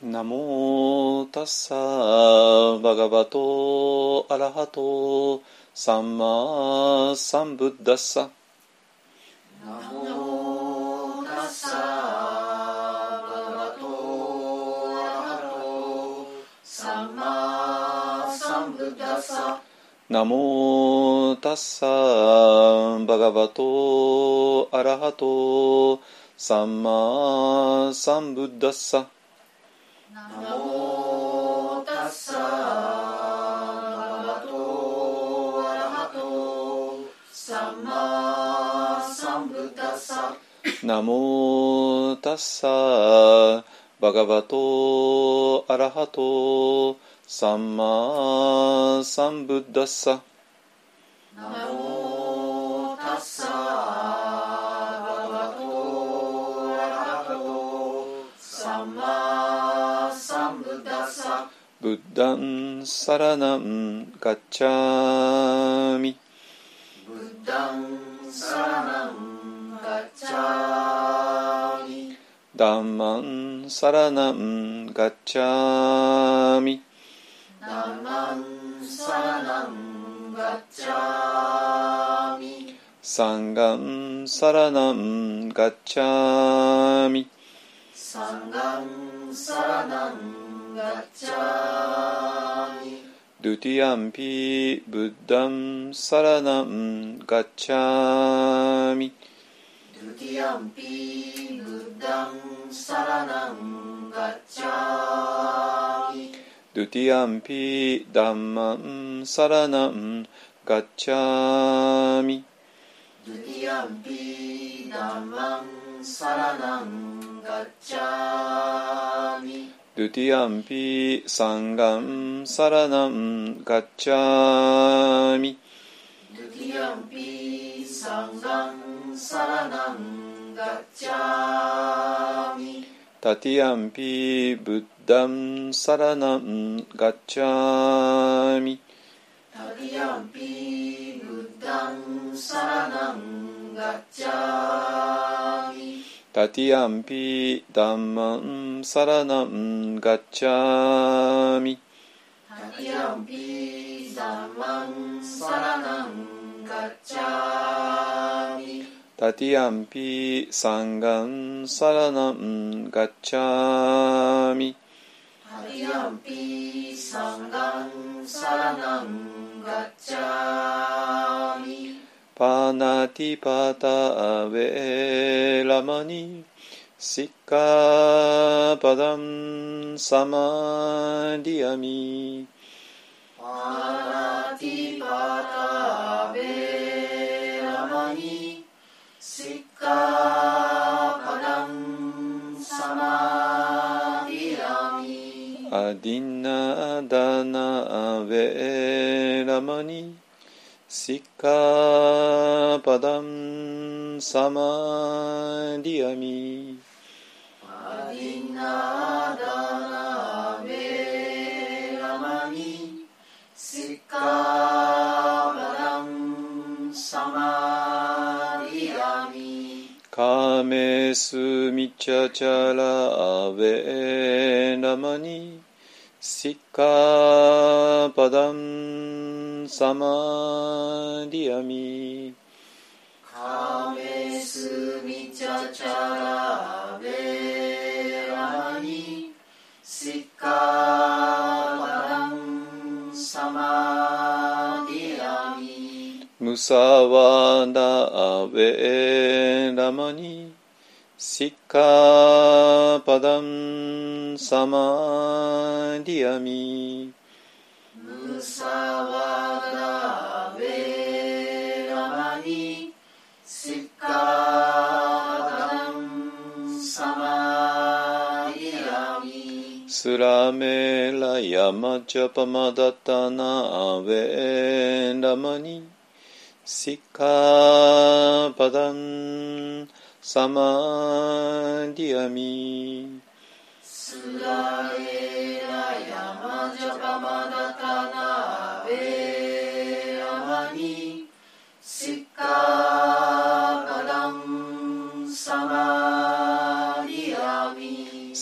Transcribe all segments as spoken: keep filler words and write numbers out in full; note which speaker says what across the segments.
Speaker 1: ナモタッサーバガバトアラハトサンマサンブッダッサ。
Speaker 2: ナモタッサバガバトアラハトサンマサンブッダッサ。
Speaker 1: ナモタッサーバガバトアラハトサンマサンブッダッサ。
Speaker 2: ナモタッサバガバトアラハトサンマサンブッダッサ。
Speaker 1: ナモタッサバガバトアラハトサンマサンブッダッサ。
Speaker 2: ナモタッサバガバトアラハトサンマサンブッダッサ。
Speaker 1: ブッダンサラナンガッチャミ。
Speaker 2: ブッダンサラナンガッチャミ。
Speaker 1: ダンマンサラナンガッチャミ。
Speaker 2: ダンマンサラナンガッチャミ。
Speaker 1: サンガンサラナンガッチャミ。
Speaker 2: サンガンサラナンガッチャミ。
Speaker 1: ドゥティアンピブッダンサラナンガッチャミ。
Speaker 2: ドゥティアンピブッダンサラナンガッチャミ。
Speaker 1: ドゥティアンピダンマンサラナンガッチャミ。
Speaker 2: ドゥティアンピダンマンサラナンガッチャミ。
Speaker 1: ドゥティアンピサンガンサラナンガッチャミ。
Speaker 2: ドゥティアンピサンガンサラナンガッチャミ。
Speaker 1: タティアンピブッダンサラナンガッチャミ。
Speaker 2: タティアンピブッダンサラナンガッチャミ。
Speaker 1: タティアンピダンマンサラナンガッチャミ。
Speaker 2: タティアンピダンマンサラナンガッチャミ。
Speaker 1: タティアンピサンガンサラナンガッチャミ。
Speaker 2: タティアンピサンガンサラナンガッチャミ。
Speaker 1: パナティパタアウェラマニシッカパダンサマディアミ。
Speaker 2: パナティパタベラマニシッカパダンサマディアミ。
Speaker 1: アディナダナアウェラマニシッカパダンサマディアミ。
Speaker 2: アディナダナベラマニシッカパダンサマディアミ。
Speaker 1: カメスミチャチャラアウェラマニシッカパダンサマディアミ。
Speaker 2: カメスミチャチャラベラマニシッカパダンサマディアミ。
Speaker 1: ムサワダアウェラマニシッカパダンサマディアミ。
Speaker 2: ムサワダベラマニシッカパダンサマディアミ。
Speaker 1: スラメラヤマジャパマダタナアウェラマニシッカパダンサマディアミ。
Speaker 2: スラエラヤマジャパマダタナベラマニシッカパダンサマディアミ。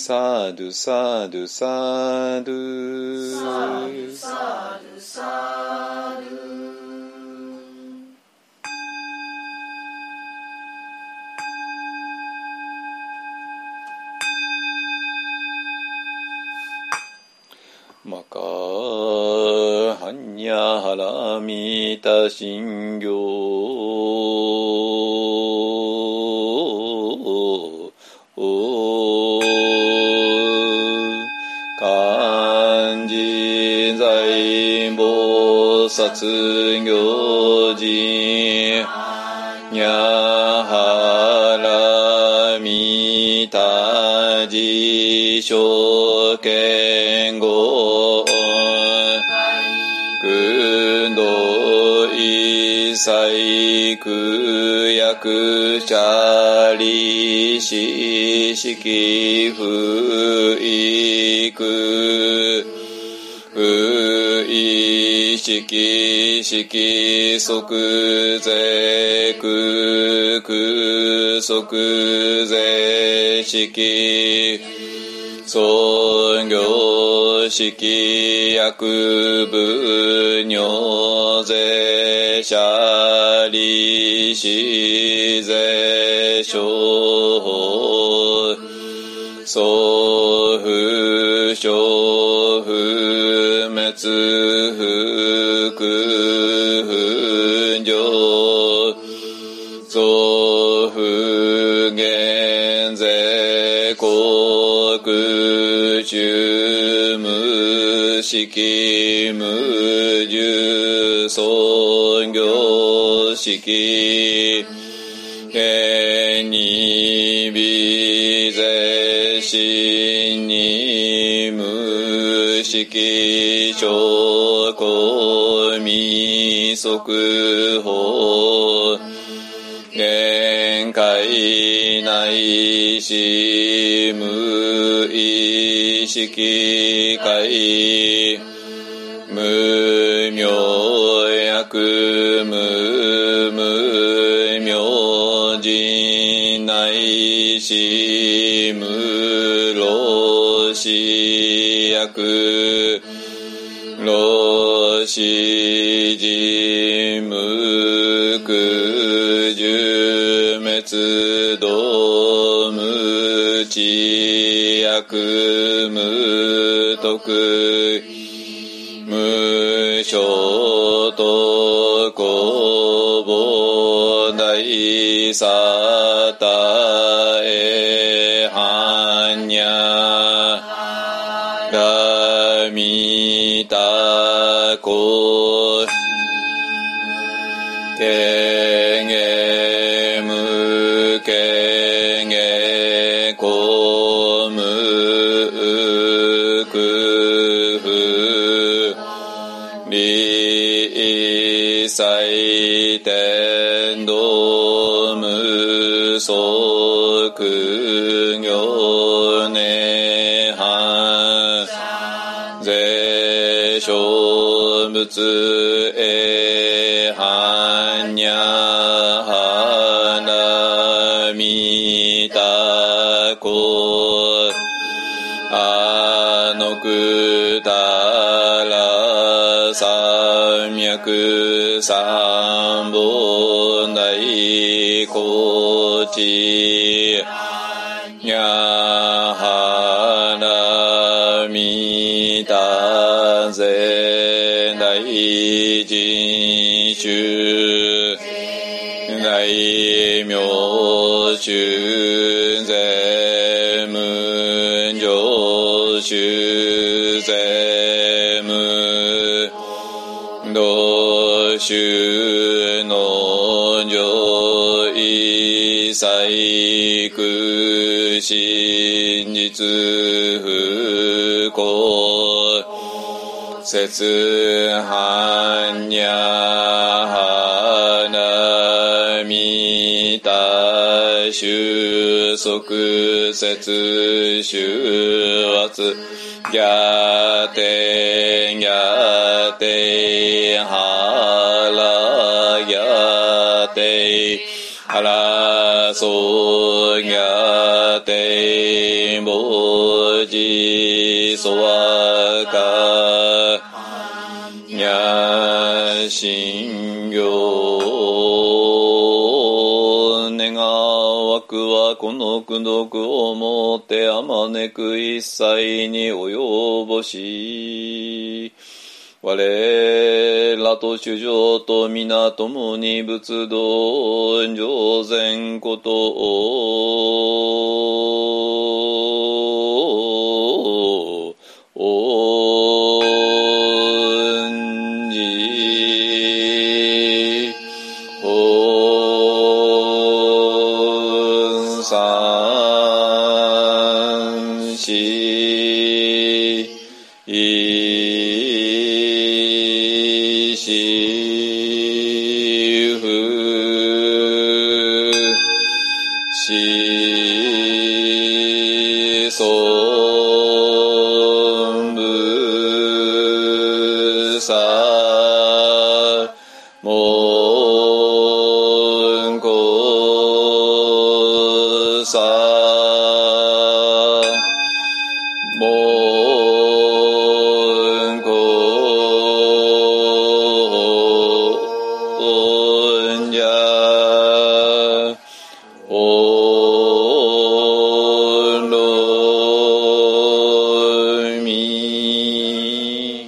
Speaker 1: サドゥサドゥサドゥ
Speaker 2: サドゥサドゥサドゥ
Speaker 1: マカハンニャハラミタシンギョ漢字在菩薩行事ニャハラミタジショケンゴ軍道一切苦役者利子式不育不意識式即税空空即税式創業式薬部尿税者利子税商法総不傷不滅不空不上増不減税国中無式無住創業式変に微税心に無式証拠未速報限界内し無意識界無明薬無無明人内し無老死薬老死人無苦十滅道無知薬無徳無所と公募大サタエハンニャラミタコケゲムケゲコムクフリサイテンドムソクギョネハンゼショブツエハンニャハナミタコアノクタラ三脈三本大高知ニャハナミタゼ大人衆大名衆税無常衆税無道衆の上一切空真実不幸節般若花見た収束節収圧ギャテギャテハラギャテハラソギャテボしそわかにゃしんぎょう願わくはこの功徳をもってあまねく一切に及ぼし我らと主上と皆共に仏道上善ことを恩じ恩三四一四不四尊無差門公差門公じゃおろみ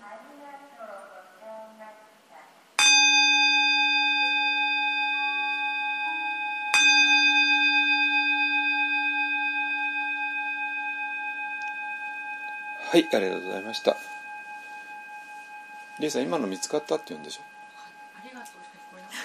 Speaker 1: はい、ありがとうございました。リエさん、今の見つかったって言うんでしょ？
Speaker 2: ありがとうしか聞こえなかった。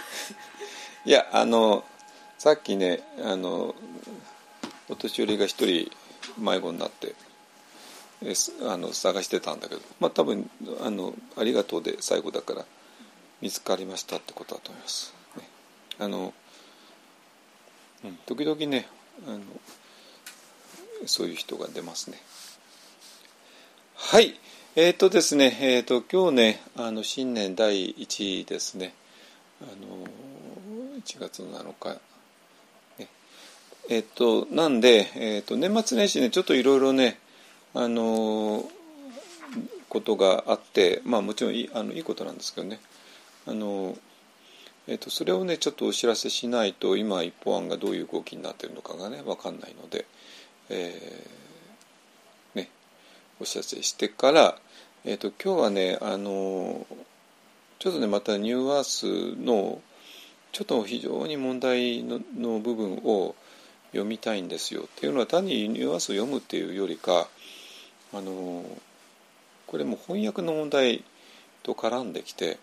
Speaker 1: いや、あのさっきね、あのお年寄りが一人迷子になってえあの探してたんだけど、まあ多分あのありがとうで最後だから見つかりましたってことだと思います、ね、あの、うん、時々ねあのそういう人が出ますね。はい、えっ、ー、とですね、えっ、ー、と今日ねあの新年だいいちですね。あのいちがつのなのか、ね、えっ、ー、となんで、えー、と年末年始ねちょっといろいろねあのことがあって、まあもちろんいい、あのいいことなんですけどね、あの、えー、とそれをねちょっとお知らせしないと今一方案がどういう動きになっているのかがね分かんないので、えー、ねお知らせしてから、えー、と今日はねあのちょっとねまたニューアースのちょっと非常に問題 の, の部分を読みたいんですよ。っていうのは単にニューアースを読むっていうよりか、あのこれも翻訳の問題と絡んできて、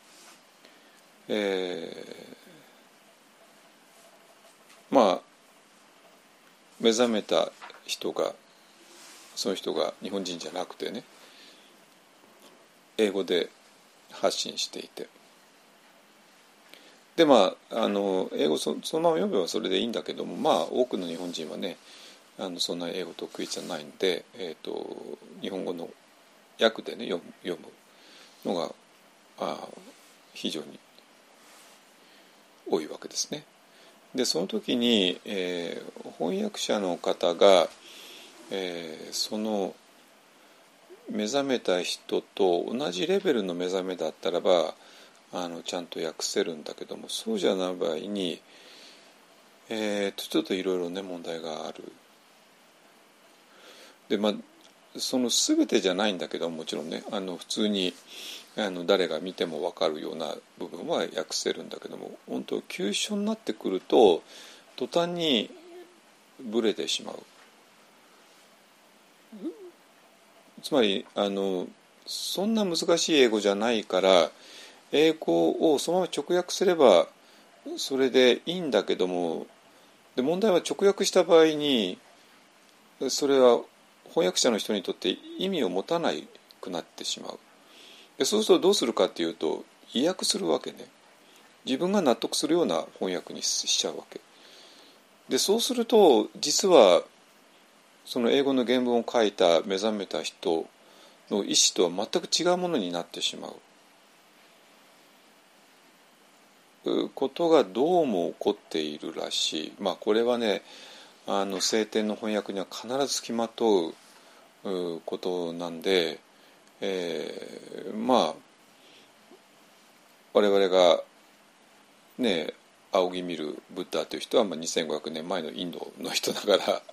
Speaker 1: えー、まあ目覚めた人がその人が日本人じゃなくてね英語で発信していて、でまああの英語 そ, そのまま読めばそれでいいんだけども、まあ多くの日本人はねあのそんな英語得意じゃないんで、えー、と日本語の訳でね読 む, 読むのがあ非常に多いわけですね。でその時に、えー、翻訳者の方が、えー、その目覚めた人と同じレベルの目覚めだったらばあのちゃんと訳せるんだけども、そうじゃない場合に、えー、とちょっといろいろね問題がある。でまあその全てじゃないんだけどもちろんねあの普通にあの誰が見ても分かるような部分は訳せるんだけども、本当急所になってくると途端にブレてしまう。つまりあのそんな難しい英語じゃないから英語をそのまま直訳すればそれでいいんだけども、で問題は直訳した場合にそれは翻訳者の人にとって意味を持たなくなってしまう。でそうするとどうするかっていうと意訳するわけね。自分が納得するような翻訳にしちゃうわけで、そうすると実はその英語の原文を書いた目覚めた人の意思とは全く違うものになってしまうことがどうも起こっているらしい。まあこれはねあの聖典の翻訳には必ず付きまとうことなんで、えー、まあ我々がね仰ぎ見るブッダという人はまあにせんごひゃくねんまえのインドの人だから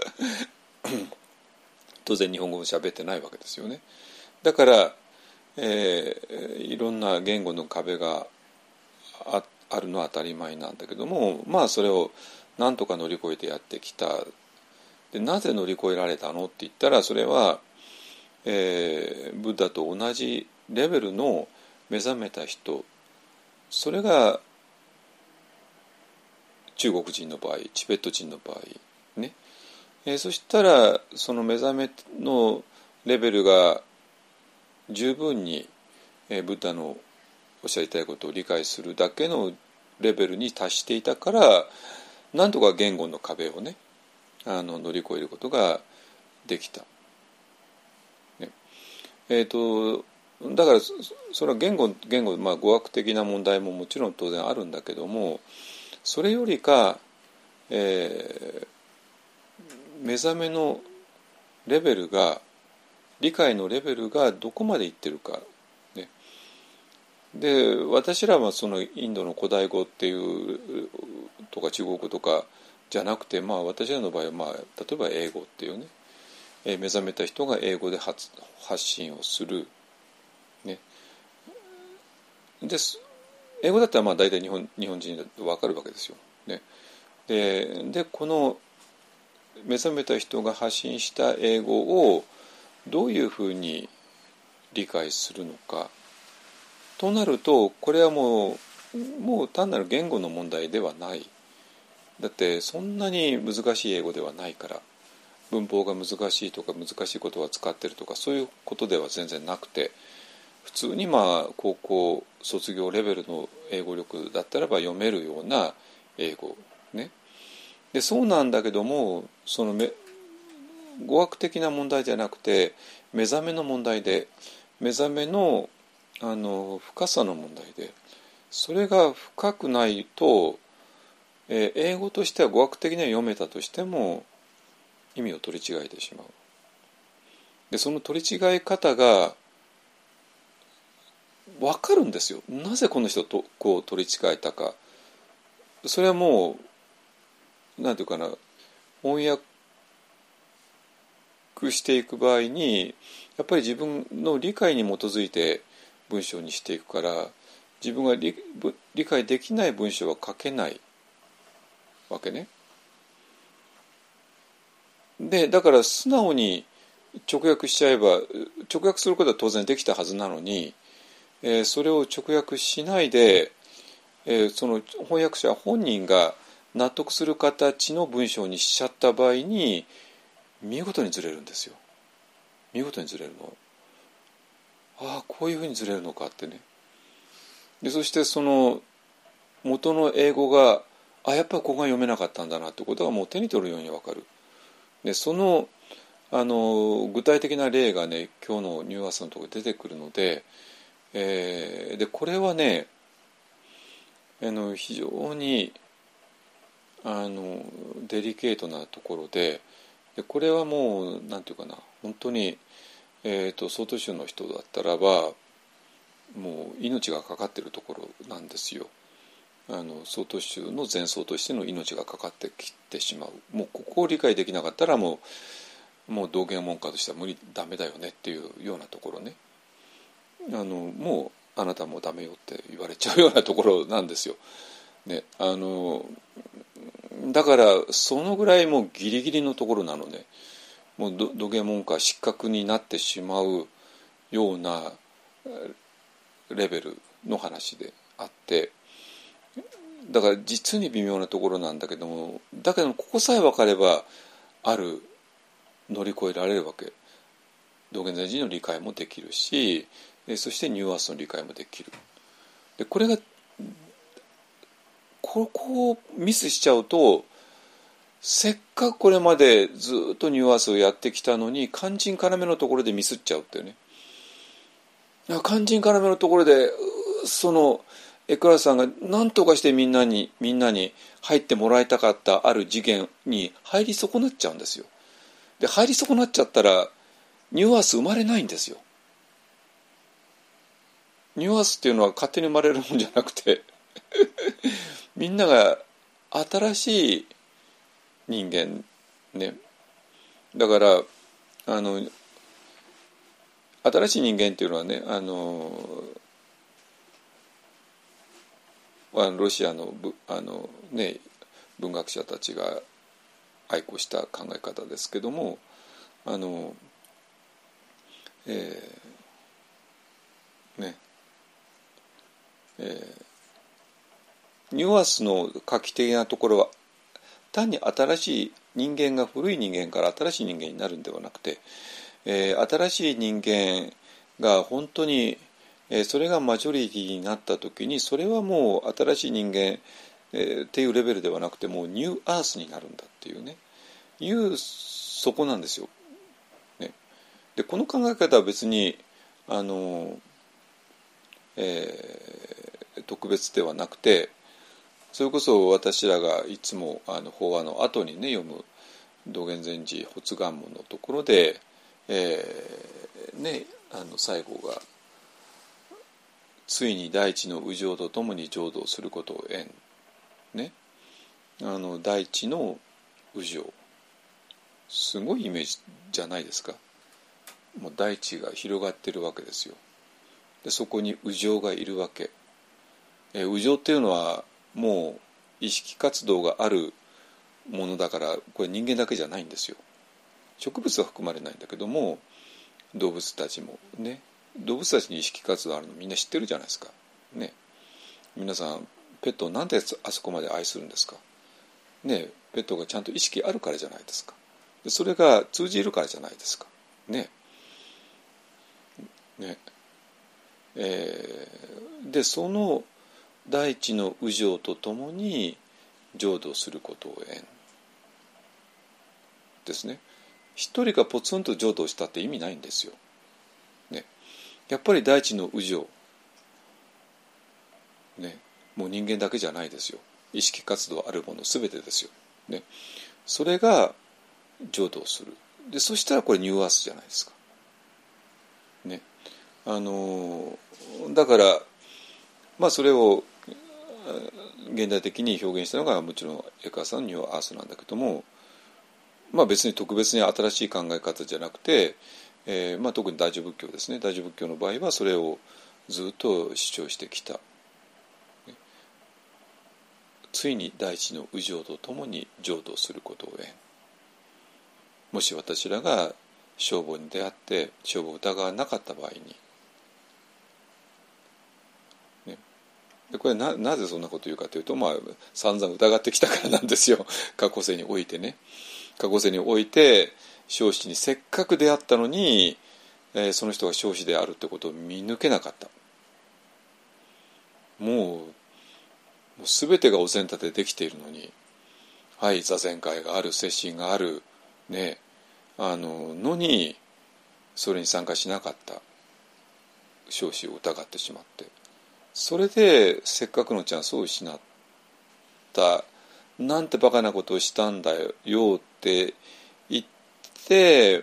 Speaker 1: 当然日本語も喋ってないわけですよね。だから、えー、いろんな言語の壁が あ, あるのは当たり前なんだけども、まあそれをなんとか乗り越えてやってきた。でなぜ乗り越えられたのって言ったら、それは、えー、ブッダと同じレベルの目覚めた人、それが中国人の場合、チベット人の場合ね、えー、そしたらその目覚めのレベルが十分に、えー、ブッダのおっしゃりたいことを理解するだけのレベルに達していたから、なんとか言語の壁をねあの乗り越えることができた、ねえー、とだからそれは言語、言語、まあ、語学的な問題ももちろん当然あるんだけども、それよりか、えー、目覚めのレベルが、理解のレベルがどこまでいってるか、ね、で私らはそのインドの古代語っていうとか中国語とかじゃなくて、まあ、私らの場合は、まあ、例えば英語っていうね、えー、目覚めた人が英語で 発, 発信をする、ね、で英語だったらまあ大体日本、日本人だと分かるわけですよ、ね、で, でこの目覚めた人が発信した英語をどういうふうに理解するのかとなると、これはもう、もう単なる言語の問題ではない。だってそんなに難しい英語ではないから、文法が難しいとか難しい言葉を使ってるとかそういうことでは全然なくて、普通にまあ高校卒業レベルの英語力だったらば読めるような英語ね。でそうなんだけども、そのめ語学的な問題じゃなくて目覚めの問題で、目覚めのあの深さの問題で、それが深くないと、えー、英語としては語学的には読めたとしても意味を取り違えてしまう。でその取り違い方が分かるんですよ。なぜこの人とこう取り違えたか。それはもうなんていうかな、翻訳していく場合にやっぱり自分の理解に基づいて文章にしていくから、自分が 理, 理解できない文章は書けないわけね。でだから素直に直訳しちゃえば、直訳することは当然できたはずなのに、えー、それを直訳しないで、えー、その翻訳者本人が納得する形の文章にしちゃった場合に見事にずれるんですよ。見事にずれるの。ああこういうふうにずれるのかってね。でそしてその元の英語が、あやっぱりここが読めなかったんだなってことがもう手に取るように分かる。でそのあの具体的な例がね今日のニューアースのところで出てくるので、えー、でこれはねあの非常にあのデリケートなところで、でこれはもうなんていうかな、本当に、えーと、曹洞宗の人だったらばもう命がかかっているところなんですよ。あの曹洞宗の前奏としての命がかかってきてしまう。もうここを理解できなかったらもうもう道元門下としては無理、ダメだよねっていうようなところね。あのもうあなたもダメよって言われちゃうようなところなんですよ。ね、あのだからそのぐらいもうギリギリのところなのね。もう道元門下失格になってしまうようなレベルの話であって、だから実に微妙なところなんだけども、だけどここさえ分かればある乗り越えられるわけ。道元禅師の理解もできるし、そしてニューアースの理解もできる。でこれがここをミスしちゃうと、せっかくこれまでずっとニューアースをやってきたのに肝心要のところでミスっちゃうっていうね。肝心要のところでそのエクラさんが何とかしてみんなにみんなに入ってもらいたかったある次元に入り損なっちゃうんですよ。で入り損なっちゃったらニュアンス生まれないんですよ。ニュアンスっていうのは勝手に生まれるもんじゃなくてみんなが新しい人間ね、だからあの新しい人間っていうのはね、あのロシアの、あの、ね、文学者たちが愛好した考え方ですけども、あの、えー、ねえー、ニュアンスの画期的なところは単に新しい人間が古い人間から新しい人間になるんではなくて、えー、新しい人間が本当に、えー、それがマジョリティになった時にそれはもう新しい人間、えー、っていうレベルではなくてもうニューアースになるんだっていうねいうそこなんですよ。ね、でこの考え方は別にあの、えー、特別ではなくてそれこそ私らがいつもあの法話の後にね読む道元禅師発願文のところで、えーね、あの最後がついに大地の右上とともに浄土することを縁、ね、あの大地の右上すごいイメージじゃないですか。もう大地が広がってるわけですよ。でそこに右上がいるわけ、えー、右上っていうのはもう意識活動があるものだからこれ人間だけじゃないんですよ。植物は含まれないんだけども動物たちもね動物たちに意識活動あるのみんな知ってるじゃないですか、ね、皆さんペットをなんであそこまで愛するんですか、ね、ペットがちゃんと意識あるからじゃないですか。でそれが通じるからじゃないですかね。ねえー、でその大地の右上とともに浄土することを縁ですね。一人がポツンと浄土をしたって意味ないんですよ、ね、やっぱり大地の右上、ね、もう人間だけじゃないですよ。意識活動あるもの全てですよ、ね、それが浄土をする。でそしたらこれニューアースじゃないですか、ね、あのだからまあそれを現代的に表現したのがもちろんエカーさんのニューアースなんだけども、まあ、別に特別に新しい考え方じゃなくて、えーまあ、特に大乗仏教ですね。大乗仏教の場合はそれをずっと主張してきた。ついに大地の右上とともに浄土することを縁。もし私らが消防に出会って消防を疑わなかった場合に、ね、でこれ な, なぜそんなこと言うかというと、まあ、散々疑ってきたからなんですよ。過去世においてね。過去世において彰子にせっかく出会ったのに、えー、その人が彰子であるってことを見抜けなかった。もう、もう全てがお膳立てできているのに、はい座禅会がある、接心があるね、あののにそれに参加しなかった彰子を疑ってしまって、それでせっかくのチャンスを失った。なんてバカなことをしたんだよって言って、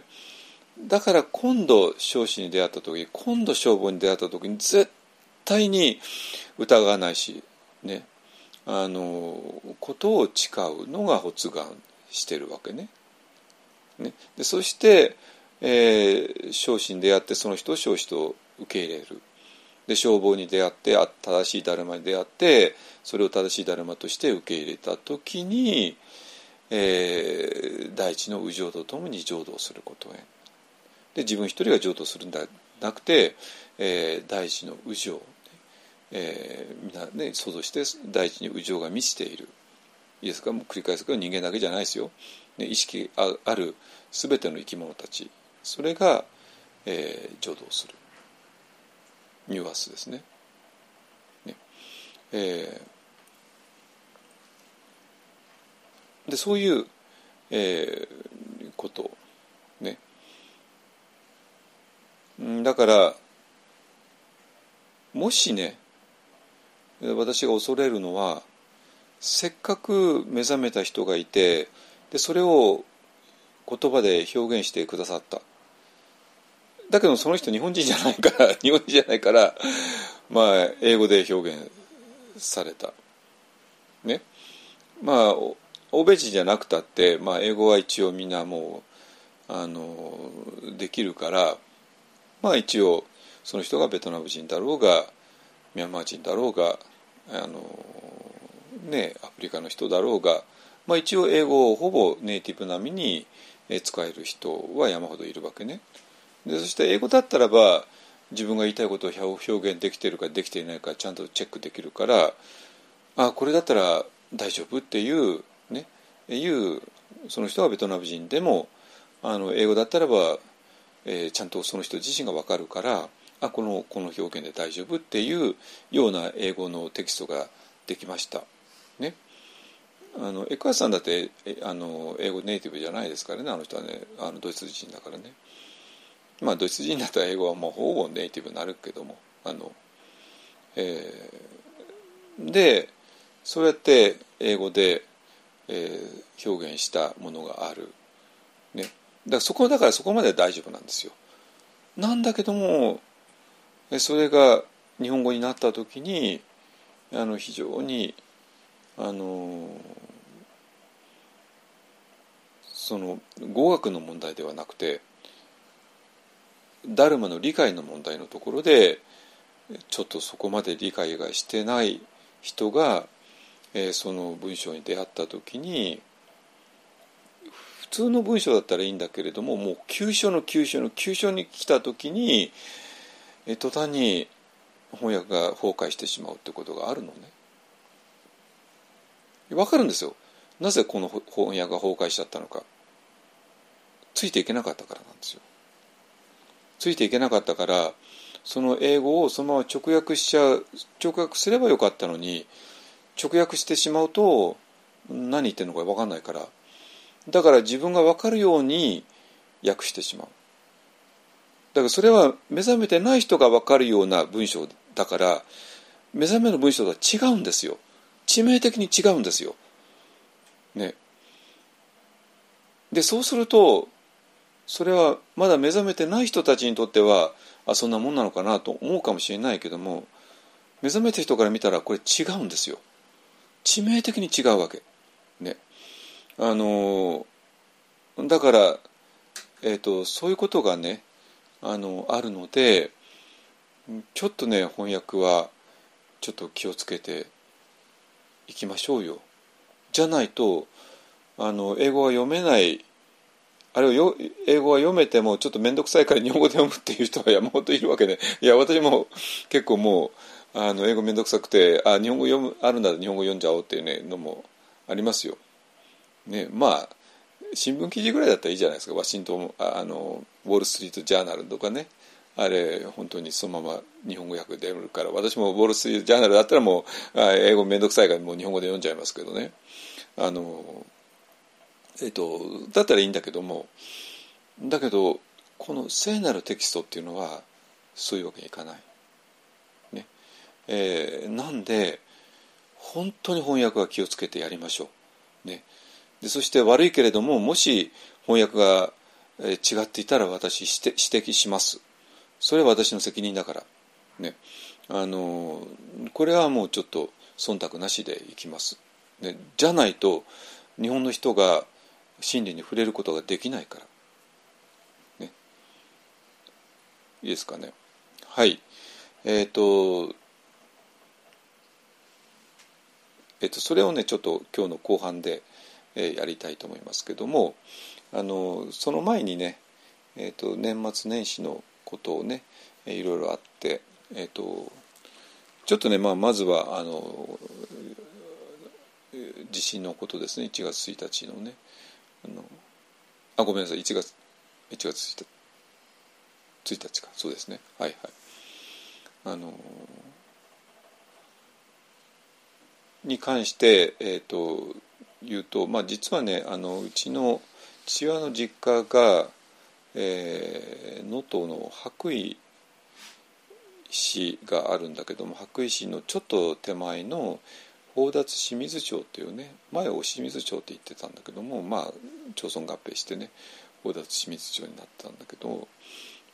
Speaker 1: だから今度彰子に出会った時、今度消防に出会った時に絶対に疑わないしね、あのことを誓うのが発願してるわけね。ねでそして、えー、彰子に出会ってその人を彰子と受け入れる。で消防に出会って正しいダルマに出会ってそれを正しいダルマとして受け入れた時に、えー、大地の右上とともに浄土をすることへで自分一人が浄土するんじゃなくて、えー、大地の右上、えー、みんなね想像して大地に右上が満ちている。いいですか。もう繰り返すけど人間だけじゃないですよ、ね、意識あある全ての生き物たち、それが、えー、浄土をするニュアンスですね。ねえー、でそういう、えー、ことね。だからもしね私が恐れるのはせっかく目覚めた人がいてでそれを言葉で表現してくださった。 だけどその人日本人じゃないから日本人じゃないからまあ英語で表現されたね。まあ欧米人じゃなくたって、まあ、英語は一応みんなもうあのできるから、まあ一応その人がベトナム人だろうがミャンマー人だろうがあのねアフリカの人だろうが、まあ、一応英語をほぼネイティブ並みに使える人は山ほどいるわけね。でそして英語だったらば自分が言いたいことを表現できているかできていないかちゃんとチェックできるから、あこれだったら大丈夫っていうねいうその人がベトナム人でもあの英語だったらば、えー、ちゃんとその人自身が分かるからあこのこの表現で大丈夫っていうような英語のテキストができましたね。あのエクアさんだってあの英語ネイティブじゃないですからね。あの人はねあのドイツ人だからね。まあドイツ人だったら英語はもうほぼネイティブになるけどもあの、えー、でそうやって英語で、えー、表現したものがある、ね、だからそこだからそこまでは大丈夫なんですよ。なんだけどもそれが日本語になった時にあの非常にあのその語学の問題ではなくてダルマの理解の問題のところでちょっとそこまで理解がしてない人が、えー、その文章に出会った時に普通の文章だったらいいんだけれどももう急所の急所の急所に来た時に、えー、途端に翻訳が崩壊してしまうってことがあるのね。分かるんですよ。なぜこの翻訳が崩壊しちゃったのか。ついていけなかったからなんですよ。ついていけなかったからその英語をそのまま直訳しちゃう直訳すればよかったのに直訳してしまうと何言ってるのか分かんないからだから自分が分かるように訳してしまう。だからそれは目覚めてない人が分かるような文章だから目覚めの文章とは違うんですよ。致命的に違うんですよ。ね。でそうするとそれはまだ目覚めてない人たちにとってはあそんなもんなのかなと思うかもしれないけども目覚めた人から見たらこれ違うんですよ。致命的に違うわけ。ね。あのだから、えーと、そういうことがね あの、あるのでちょっとね翻訳はちょっと気をつけていきましょうよ。じゃないとあの英語が読めないあれをよ英語が読めてもちょっと面倒くさいから日本語で読むっていう人が山ほどいるわけね。いや私も結構もうあの英語面倒くさくてあ日本語読むあるんだら日本語読んじゃおうっていう、ね、のもありますよ。ね、まあ新聞記事ぐらいだったらいいじゃないですか。ワシントンあのウォール・ストリート・ジャーナルとかねあれ本当にそのまま日本語訳で出るから私もウォール・ストリート・ジャーナルだったらもう英語面倒くさいからもう日本語で読んじゃいますけどねあのえっと、だったらいいんだけどもだけどこの聖なるテキストっていうのはそういうわけにいかない、ねえー、なんで本当に翻訳は気をつけてやりましょう、ね、でそして悪いけれどももし翻訳が違っていたら私指摘します。それは私の責任だから、ね、あのこれはもうちょっと忖度なしでいきます、ね、じゃないと日本の人が真理に触れることができないから、ね、いいですかね。はいえっ、ー、とえっ、ー、とそれをねちょっと今日の後半で、えー、やりたいと思いますけどもあのその前にね、えー、と年末年始のことをねいろいろあって、えー、とちょっとね、まあ、まずはあの地震のことですね。いちがつついたちのねあのあごめんなさいいちがついちがつついたちかそうですねはいはいあのに関して、えー、と言うと、まあ、実はねあのうちの父親の実家がえー、能登の羽咋市があるんだけども羽咋市のちょっと手前の宝達清水町っていうね前を清水町って言ってたんだけどもまあ町村合併してね宝達清水町になったんだけど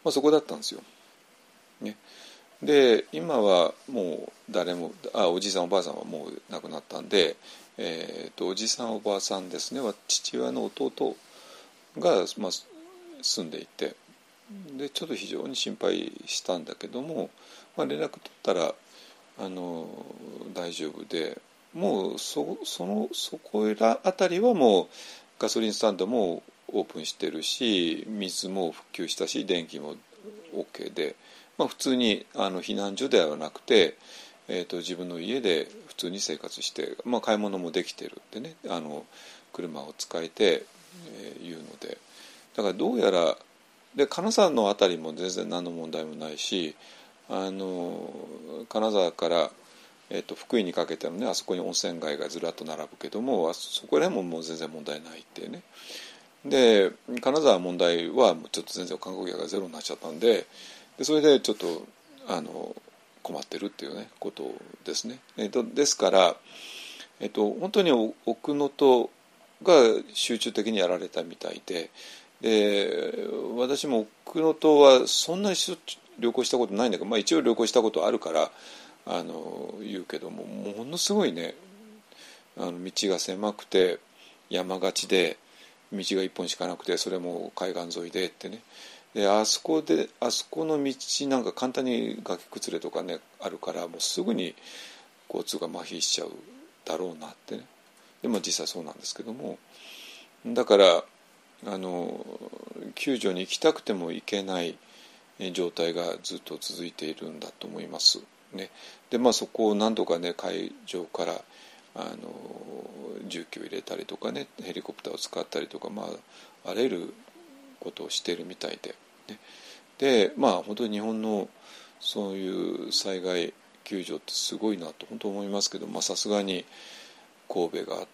Speaker 1: まあ、そこだったんですよ、ね、で今はもう誰もあおじいさんおばあさんはもう亡くなったんで、えー、とおじさんおばあさんですねは父親の弟が、まあ、住んでいて、でちょっと非常に心配したんだけども、まあ、連絡取ったらあの大丈夫で、もう そ, そのそこら辺りはもうガソリンスタンドもオープンしてるし、水も復旧したし、電気も OK で、まあ、普通にあの避難所ではなくて、えー、と自分の家で普通に生活して、まあ、買い物もできてるってね、あの車を使えて、えー、いうので、だからどうやらで金沢のあたりも全然何の問題もないし、あの金沢から、えー、と福井にかけてのね、あそこに温泉街がずらっと並ぶけども、そこら辺ももう全然問題ないっていうね。で金沢問題はちょっと全然観光客がゼロになっちゃったんで、でそれでちょっとあの困ってるっていうねことですね。えー、とですから、えー、と本当に奥能登が集中的にやられたみたいで、で私も奥能登はそんなに旅行したことないんだけど、まあ、一応旅行したことあるからあの言うけども、ものすごいね、あの道が狭くて山がちで道が一本しかなくて、それも海岸沿いでってね、であそこであそこの道なんか簡単に崖崩れとかねあるから、もうすぐに交通が麻痺しちゃうだろうなってね。でも実際そうなんですけども、だからあの救助に行きたくても行けない状態がずっと続いているんだと思いますね。でまあそこを何とかね海上からあの重機を入れたりとかね、ヘリコプターを使ったりとか、まああらゆることをしているみたいで、ね、でまあ本当に日本のそういう災害救助ってすごいなと本当思いますけど、まあさすがに神戸があって、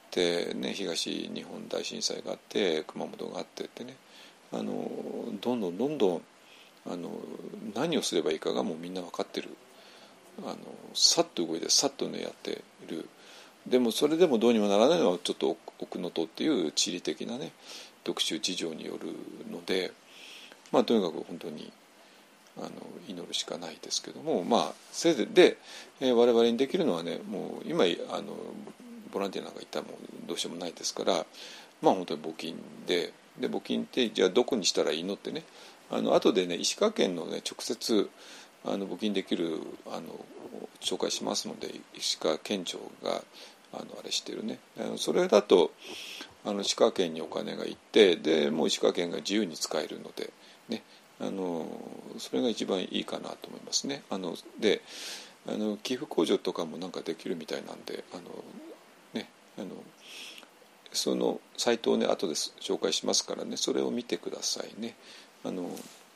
Speaker 1: ね、東日本大震災があって熊本があってってね、あのどんどんどんどんあの何をすればいいかがもうみんな分かってる、あのさっと動いてさっとねやっている。でもそれでもどうにもならないのはちょっと奥能登っていう地理的なね特殊事情によるので、まあとにかく本当にあの祈るしかないですけども、まあせいぜいで、えー、我々にできるのはね、もう今あのボランティアなんか行ったらもうどうしようもないですから、まあ本当に募金で、で募金ってじゃあどこにしたらいいのってね、あの後でね石川県のね直接あの募金できるあの紹介しますので、石川県庁があのあれしてるね、それだとあの石川県にお金が行って、でもう石川県が自由に使えるのでね、あのそれが一番いいかなと思いますね。あのであの寄付控除とかもなんかできるみたいなんで、あのねあのそのサイトをね後で紹介しますからね、それを見てくださいね。あの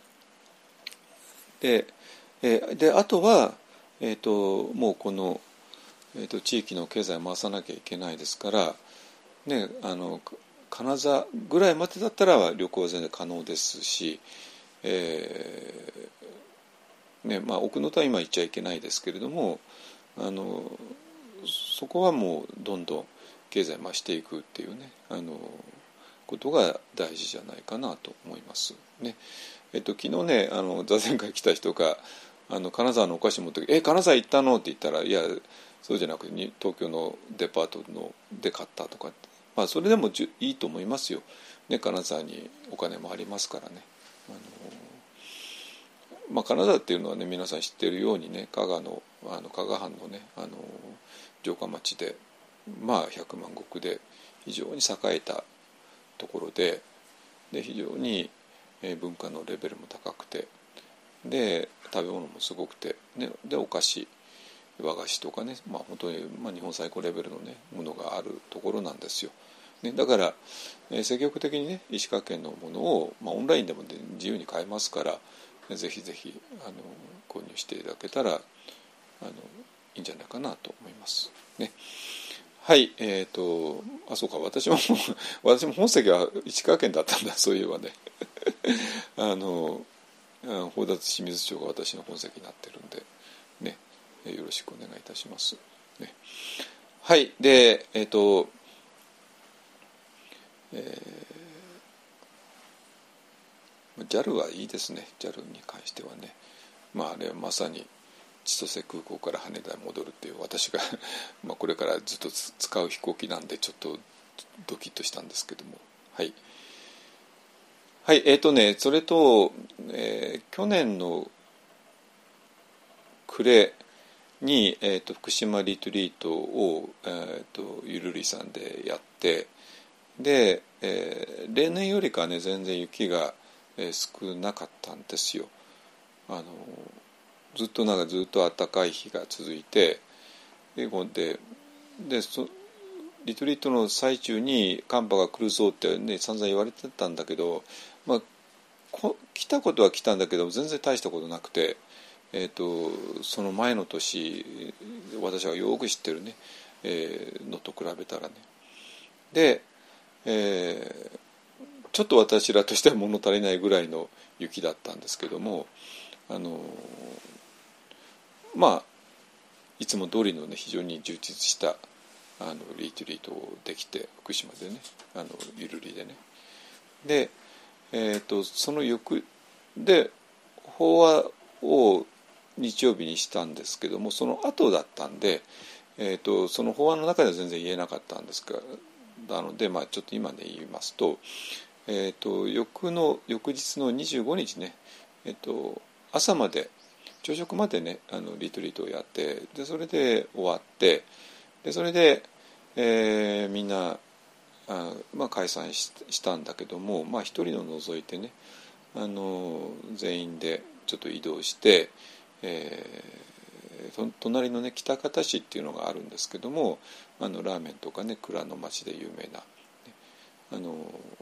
Speaker 1: でえであとは、えー、ともうこの、えー、と地域の経済を回さなきゃいけないですから、ね、あの金沢ぐらいまでだったら旅行は全然可能ですし、えーねまあ、奥能登は今行っちゃいけないですけれども、あのそこはもうどんどん経済増していくっていうね、あのことが大事じゃないかなと思いますね。えっと、昨日ねあの座禅会来た人があの金沢のお菓子持ってきて「え金沢行ったの?」って言ったら「いやそうじゃなくて東京のデパートので買った」とかって、まあ、それでもじゅいいと思いますよ、ね、金沢にお金もありますからね。あの、まあ、金沢っていうのはね皆さん知っているようにね、加賀のあの加賀藩のねあの城下町で、まあ、百万石で非常に栄えたところで、で非常に文化のレベルも高くて、で食べ物もすごくて、で, でお菓子和菓子とかね、まあ、本当に、まあ、日本最高レベルの、ね、ものがあるところなんですよ、ね、だから、えー、積極的にね石川県のものを、まあ、オンラインでも、ね、自由に買えますから、ね、ぜひぜひあの購入していただけたらあのいいんじゃないかなと思いますね。はい、えーとあそうか私も私も本籍は石川県だったんだ、そういえばねあの宝達清水町が私の本籍になってるんでね、よろしくお願いいたします、ね、はいでえっ、ー、と、えジャル はいいですね。 ジャル に関してはね、まああれはまさに千歳空港から羽田に戻るっていう、私がまあこれからずっと使う飛行機なんでちょっとドキッとしたんですけども、はいはい。えっ、ー、とねそれと、えー、去年の暮れに、えー、と福島リトリートを、えー、とゆるりさんでやって、で、えー、例年よりかね全然雪が、えー、少なかったんですよ。あのずっとなんかずっと暖かい日が続いて、でででそリトリートの最中に寒波が来るぞってね散々言われてたんだけど、まあこ来たことは来たんだけど全然大したことなくて、えー、とその前の年私がよく知ってるね、えー、のと比べたらね、で、えー、ちょっと私らとしては物足りないぐらいの雪だったんですけども、あのまあいつも通りのね非常に充実したあのリトリートをできて、福島でねあのゆるりでね、で、えー、とその翌で法話を日曜日にしたんですけども、その後だったんで、えー、とその法案の中では全然言えなかったんですが、なので、まあ、ちょっと今ね言いますと、えー、と翌の翌日のにじゅうごにちね、えー、と朝まで朝食までねあのリトリートをやって、でそれで終わって、でそれで、えー、みんなあ、まあ、解散 し, したんだけども、まあ、一人の除いてねあの全員でちょっと移動して、えー、隣のね喜多方市っていうのがあるんですけども、あのラーメンとかね蔵の町で有名な、ね、あの、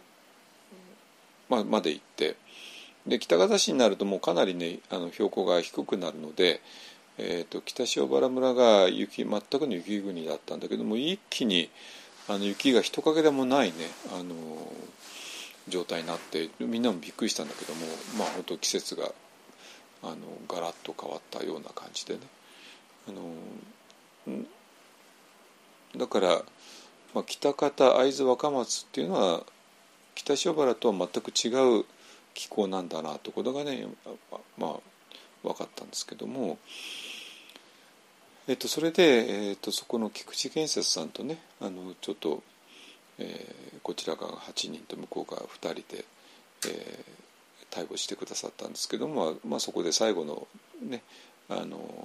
Speaker 1: ま, まで行って、で喜多方市になるともうかなりねあの標高が低くなるので、えー、と北塩原村が雪全くの雪国だったんだけども、一気にあの雪が人影でもないねあの状態になって、みんなもびっくりしたんだけども、まあ本当季節があのガラッと変わったような感じでね、あのだから、まあ、北方会津若松っていうのは北塩原とは全く違う気候なんだなということがね、まあ分かったんですけども、えっと、それで、えっと、そこの菊池建設さんとねあのちょっと、えー、こちら側がはちにんと向こう側ふたりで、えー、対応してくださったんですけども、まあ、そこで最後のねあの、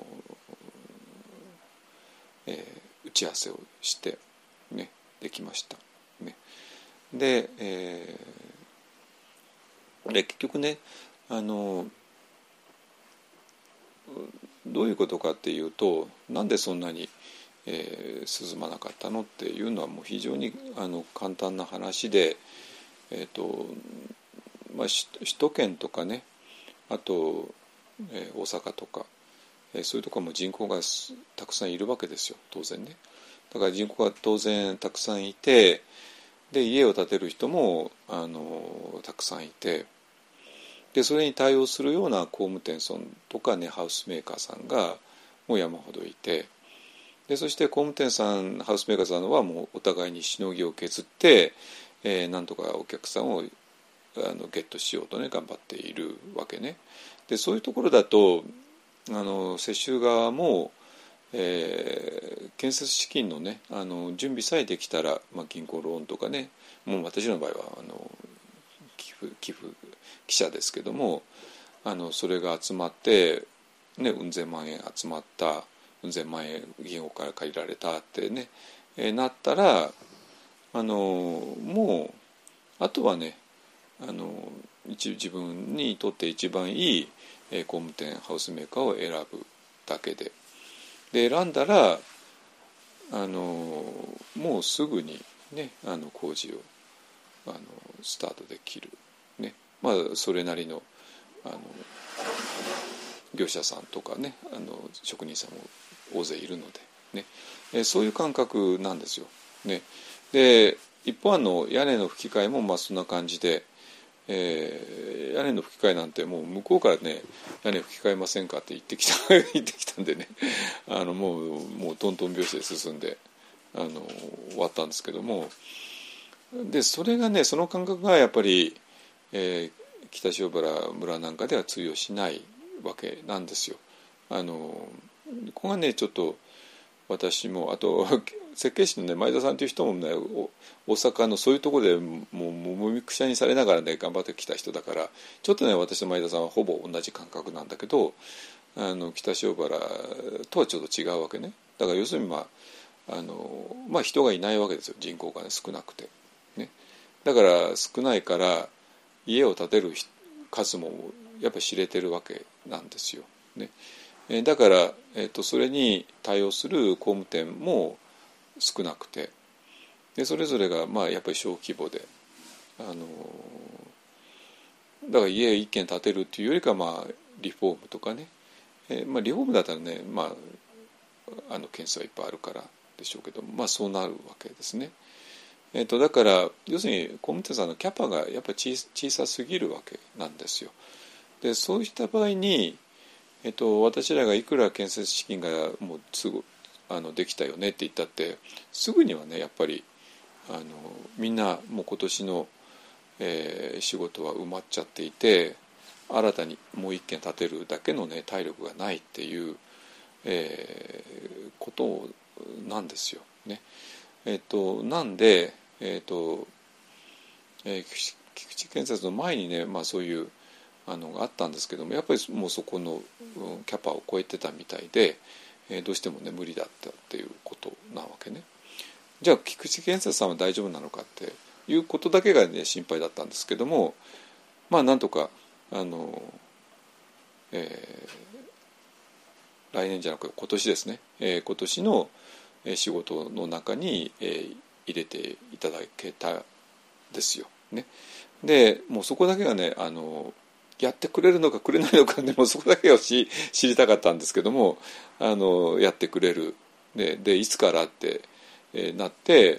Speaker 1: えー、打ち合わせをしてねできました、ね、で、えー、で結局ねあのどういうことかっていうと、なんでそんなに、えー、進まなかったのっていうのはもう非常にあの簡単な話で、えーとまあ、首都圏とかねあと、えー、大阪とか、えー、そういうところも人口がたくさんいるわけですよ当然ね。だから人口が当然たくさんいて、で家を建てる人もあのたくさんいて、でそれに対応するような工務店さんとかねハウスメーカーさんがもう山ほどいて、でそして工務店さんハウスメーカーさんはもうお互いにしのぎを削って、えー、なんとかお客さんをあのゲットしようとね頑張っているわけね。でそういうところだとあの接種側も、えー、建設資金のねあの準備さえできたら、まあ、銀行ローンとかね、もう私の場合はあの寄付寄付記者ですけども、あのそれが集まって、ね、うん千万円集まった、うん千万円銀行から借りられたってね、えー、なったらあのもうあとはねあの自分にとって一番いい工務店ハウスメーカーを選ぶだけで、で選んだらあのもうすぐにねあの工事をあのスタートできる、ね、まあそれなりのあの業者さんとかねあの職人さんも大勢いるので、ね、えそういう感覚なんですよ、ね、で一方あの屋根の葺き替えもまあそんな感じで、えー、屋根の葺き替えなんてもう向こうからね屋根葺き替えませんかって言ってきた言ってきたんでねあのもうもうトントン拍子で進んであの終わったんですけども、でそれがねその感覚がやっぱり、えー、 北塩原村なんかでは通用しないわけなんですよ。あのここがねちょっと私もあと設計士のね前田さんという人もね大阪のそういうところでもうもみくしゃにされながらね頑張ってきた人だからちょっとね私と前田さんはほぼ同じ感覚なんだけどあの北塩原とはちょっと違うわけね。だから要するにまああのまあ人がいないわけですよ人口がね少なくてね。だから少ないから家を建てる数もやっぱり知れてるわけなんですよね。だから、えー、とそれに対応する工務店も少なくてでそれぞれがまあやっぱり小規模で、あのだから家一軒建てるっていうよりかまあリフォームとかね、えーまあ、リフォームだったらね、まあ、あの件数はいっぱいあるからでしょうけど、まあ、そうなるわけですね。えー、とだから要するに工務店さんのキャパがやっぱり 小, 小さすぎるわけなんですよ。でそうした場合にえっと、私らがいくら建設資金がもうすぐあのできたよねって言ったってすぐにはねやっぱりあのみんなもう今年の、えー、仕事は埋まっちゃっていて新たにもう一軒建てるだけの、ね、体力がないっていう、えー、ことなんですよね。えっと、なんで、えっとえー、菊池建設の前にね、まあ、そういうあのがあったんですけどもやっぱりもうそこのキャパを超えてたみたいで、えー、どうしてもね無理だったっていうことなわけね。じゃあ菊池建設さんは大丈夫なのかっていうことだけがね心配だったんですけどもまあなんとかあの、えー、来年じゃなく今年ですね、えー、今年の仕事の中に、えー、入れていただけたですよね。でもうそこだけがねあのやってくれるのかくれないのかでもそこだけを知りたかったんですけどもあのやってくれる で, でいつからって、えー、なって、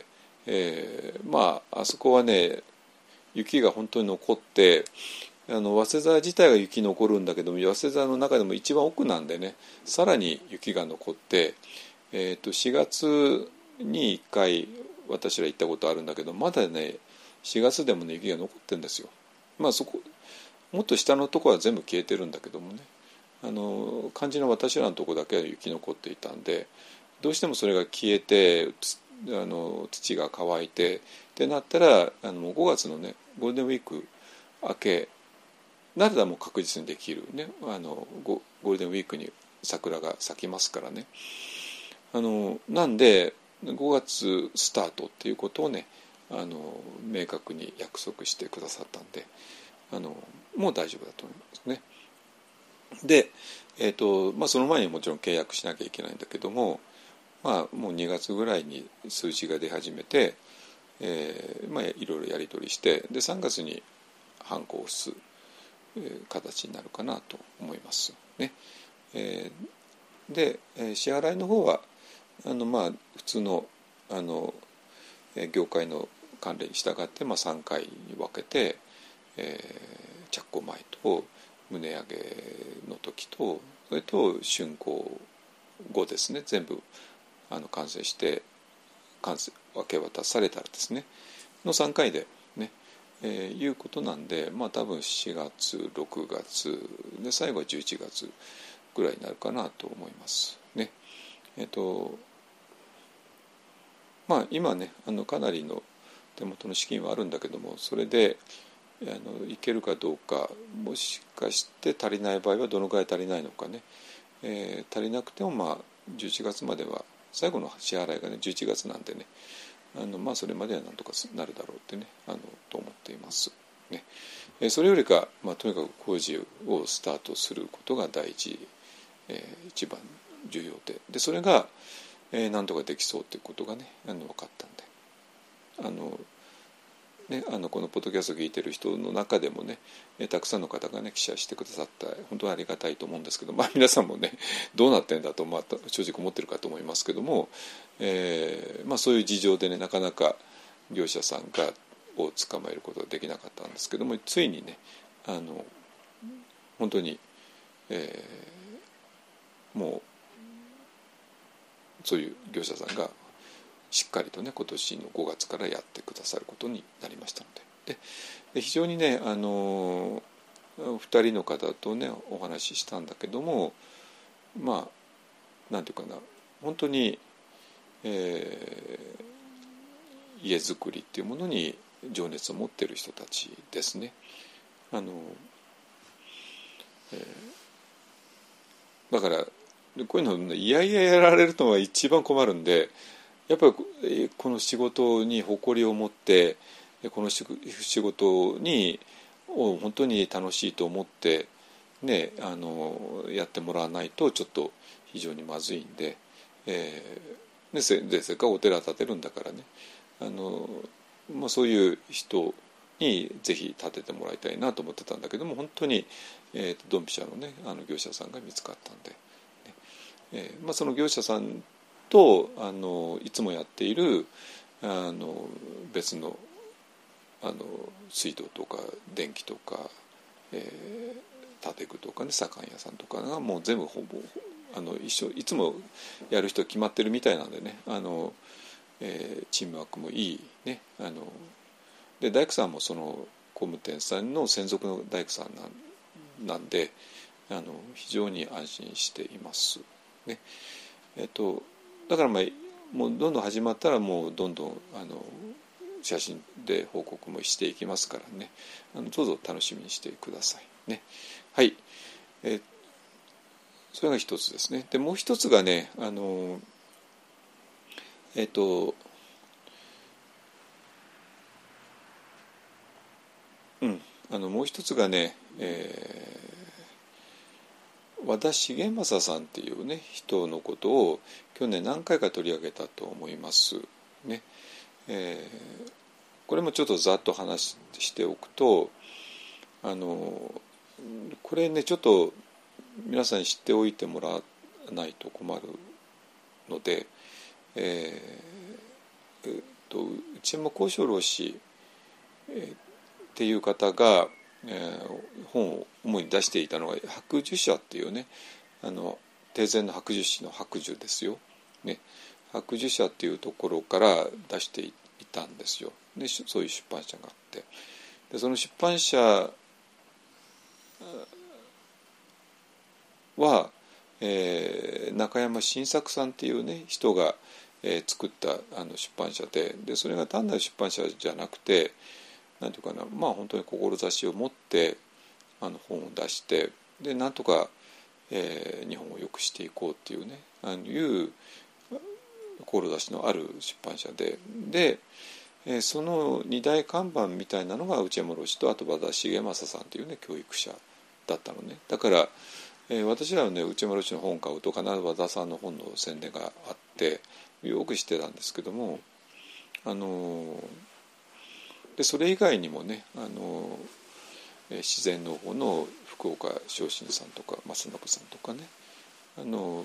Speaker 1: えー、まああそこはね雪が本当に残ってあの早稲田自体が雪残るんだけども早稲田の中でも一番奥なんでねさらに雪が残って、えー、としがつにいっかい私ら行ったことあるんだけどまだねしがつでもね雪が残ってるんですよ。まあそこもっと下のところは全部消えてるんだけどもねあの肝心の私らのところだけは雪残っていたんでどうしてもそれが消えてあの土が乾いてってなったらあのごがつのねゴールデンウィーク明けならもう確実にできるねあの ゴ, ゴールデンウィークに桜が咲きますからねあのなんでごがつスタートっていうことをねあの明確に約束してくださったんであのもう大丈夫だと思いますね。で、えーとまあ、その前にもちろん契約しなきゃいけないんだけども、まあ、もうにがつぐらいに数字が出始めて、えーまあ、いろいろやり取りしてでさんがつにハンコを押す、えー、形になるかなと思いますね。えー、で、えー、支払いの方はあの、まあ、普通の、あの業界の慣例に従って、まあ、さんかいに分けてえー、着工前と棟上げの時とそれと竣工後ですね全部あの完成して完成明け渡されたらですねのさんかいでね、えー、いうことなんでまあ多分しがつろくがつで最後はじゅういちがつぐらいになるかなと思いますね。えっとまあ今ねあのかなりの手元の資金はあるんだけどもそれであのいけるかどうかもしかして足りない場合はどのくらい足りないのかね、えー、足りなくてもまあじゅういちがつまでは最後の支払いがねじゅういちがつなんでねあのまあそれまではなんとかなるだろうってねあのと思っていますね。えー、それよりか、まあ、とにかく工事をスタートすることが第一、えー、一番重要ででそれが、えー、なんとかできそうということがねあの分かったんであのね、あのこのポッドキャストを聞いてる人の中でもねたくさんの方がね記者してくださった本当にありがたいと思うんですけど、まあ、皆さんもねどうなってんだと、まあ、正直思ってるかと思いますけども、えーまあ、そういう事情でねなかなか業者さんがを捕まえることができなかったんですけどもついにねあの本当に、えー、もうそういう業者さんがしっかりとね今年のごがつからやってくださることになりましたので、でで非常にねあのふたりの方とねお話ししたんだけども、まあなんていうかな、本当に、えー、家づくりっていうものに情熱を持っている人たちですね。あの、えー、だからこういうの、ね、いやいややられるのは一番困るんで、やっぱりこの仕事に誇りを持ってこの仕事にを本当に楽しいと思って、ね、あのやってもらわないとちょっと非常にまずいんで、えー、で せ, でせっかくお寺建てるんだからね、あの、まあ、そういう人にぜひ建ててもらいたいなと思ってたんだけども、本当に、えー、ドンピシャのねあの業者さんが見つかったんで、ね、えーまあ、その業者さんとあのいつもやっているあの別のあの水道とか電気とか、えー、建具とかね左官屋さんとかがもう全部ほぼあの一緒いつもやる人決まってるみたいなんでね、あの、えー、チームワークもいいね。あので大工さんもその工務店さんの専属の大工さんなん、なんであの非常に安心していますね。えっとだからまあもうどんどん始まったらもうどんどんあの写真で報告もしていきますからね、あのどうぞ楽しみにしてくださいね。はい、えそれが一つですね。でもう一つがね、あのえっとうんあのもう一つがね、えー、和田重政さんっていうね人のことを去年何回か取り上げたと思いますね。えー、これもちょっとざっと話しておくと、あのこれねちょっと皆さんに知っておいてもらわないと困るので、えーえー、と内山幸四郎氏、えー、っていう方が、えー、本を主に出していたのが白寿社っていうね、あの帝前の白寿師の白寿ですよ、ね、白寿社っていうところから出していたんですよ。でそういう出版社があって、でその出版社は、えー、中山新作さんっていうね人が、えー、作ったあの出版社で、でそれが単なる出版社じゃなくて、なんていうかな、まあ本当に志を持ってあの本を出して、でなんとか、えー、日本を良くしていこうっていうねあのいう志のある出版社で、で、えー、その二大看板みたいなのが内山老師とあと和田重政さんっていうね教育者だったのね。だからえー、私らはね内山老師の本を買うと必ず和田さんの本の宣伝があってよく知ってたんですけども、あのー、でそれ以外にもね、あのー、自然農法の福岡昇進さんとか正信さんとかね、あのー、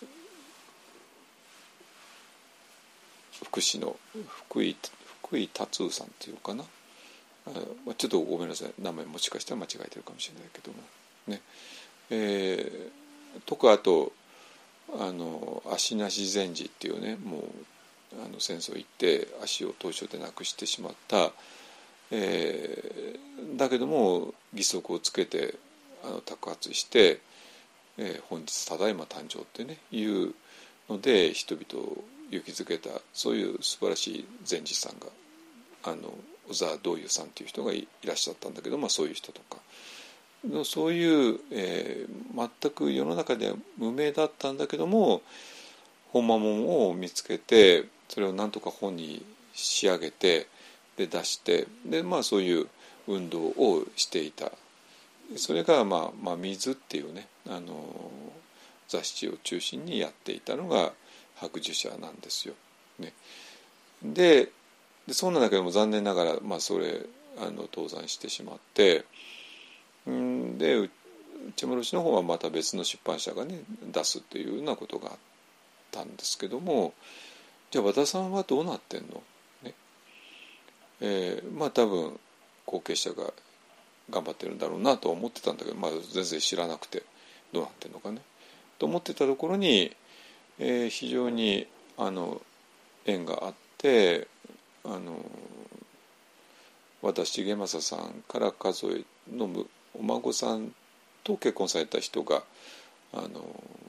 Speaker 1: 福祉の福井福井達夫さんっていうかな、あちょっとごめんなさい名前もしかしたら間違えてるかもしれないけどもね。えー、とかあとあの足なし禅師っていうね、もうあの戦争行って足を当初でなくしてしまった、えー、だけども義足をつけてあの托発して、えー、本日ただいま誕生ってねいうので人々を勇気づけた、そういう素晴らしい禅師さんがあの小沢道友さんっていう人が い, いらっしゃったんだけど、まあ、そういう人とか。そういう、えー、全く世の中では無名だったんだけども本間門を見つけてそれをなんとか本に仕上げてで出してで、まあ、そういう運動をしていた。それが、まあまあ、水っていうねあの雑誌を中心にやっていたのが白寿社なんですよ、ね、で, でそうなんだけども残念ながら、まあ、それあの倒産してしまってで内山老師の方はまた別の出版社がね出すっていうようなことがあったんですけども、じゃあ和田さんはどうなってんの、ねえー、まあ多分後継者が頑張ってるんだろうなと思ってたんだけど、まあ、全然知らなくてどうなってんのかねと思ってたところに、えー、非常にあの縁があってあの和田重政さんから数えのお孫さんと結婚された人があの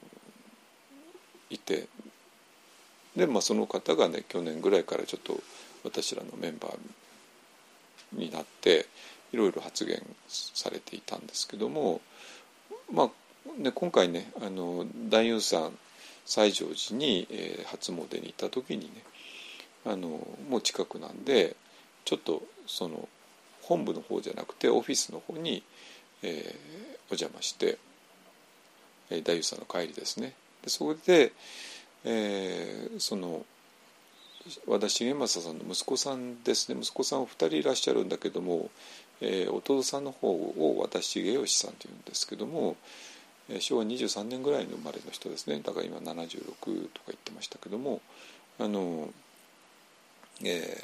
Speaker 1: いて、で、まあ、その方がね去年ぐらいからちょっと私らのメンバーになっていろいろ発言されていたんですけども、まあね、今回ねあの大雄山西条寺に、えー、初詣に行った時にねあのもう近くなんでちょっとその本部の方じゃなくてオフィスの方に、えー、お邪魔して、えー、大雄さんの帰りですね。でそこで、えー、その和田重政さんの息子さんですね、息子さんお二人いらっしゃるんだけども、えー、弟さんの方を和田重義さんというんですけども、えー、しょうわにじゅうさんねんぐらいの生まれの人ですね。だから今ななじゅうろくとか言ってましたけども、あの、え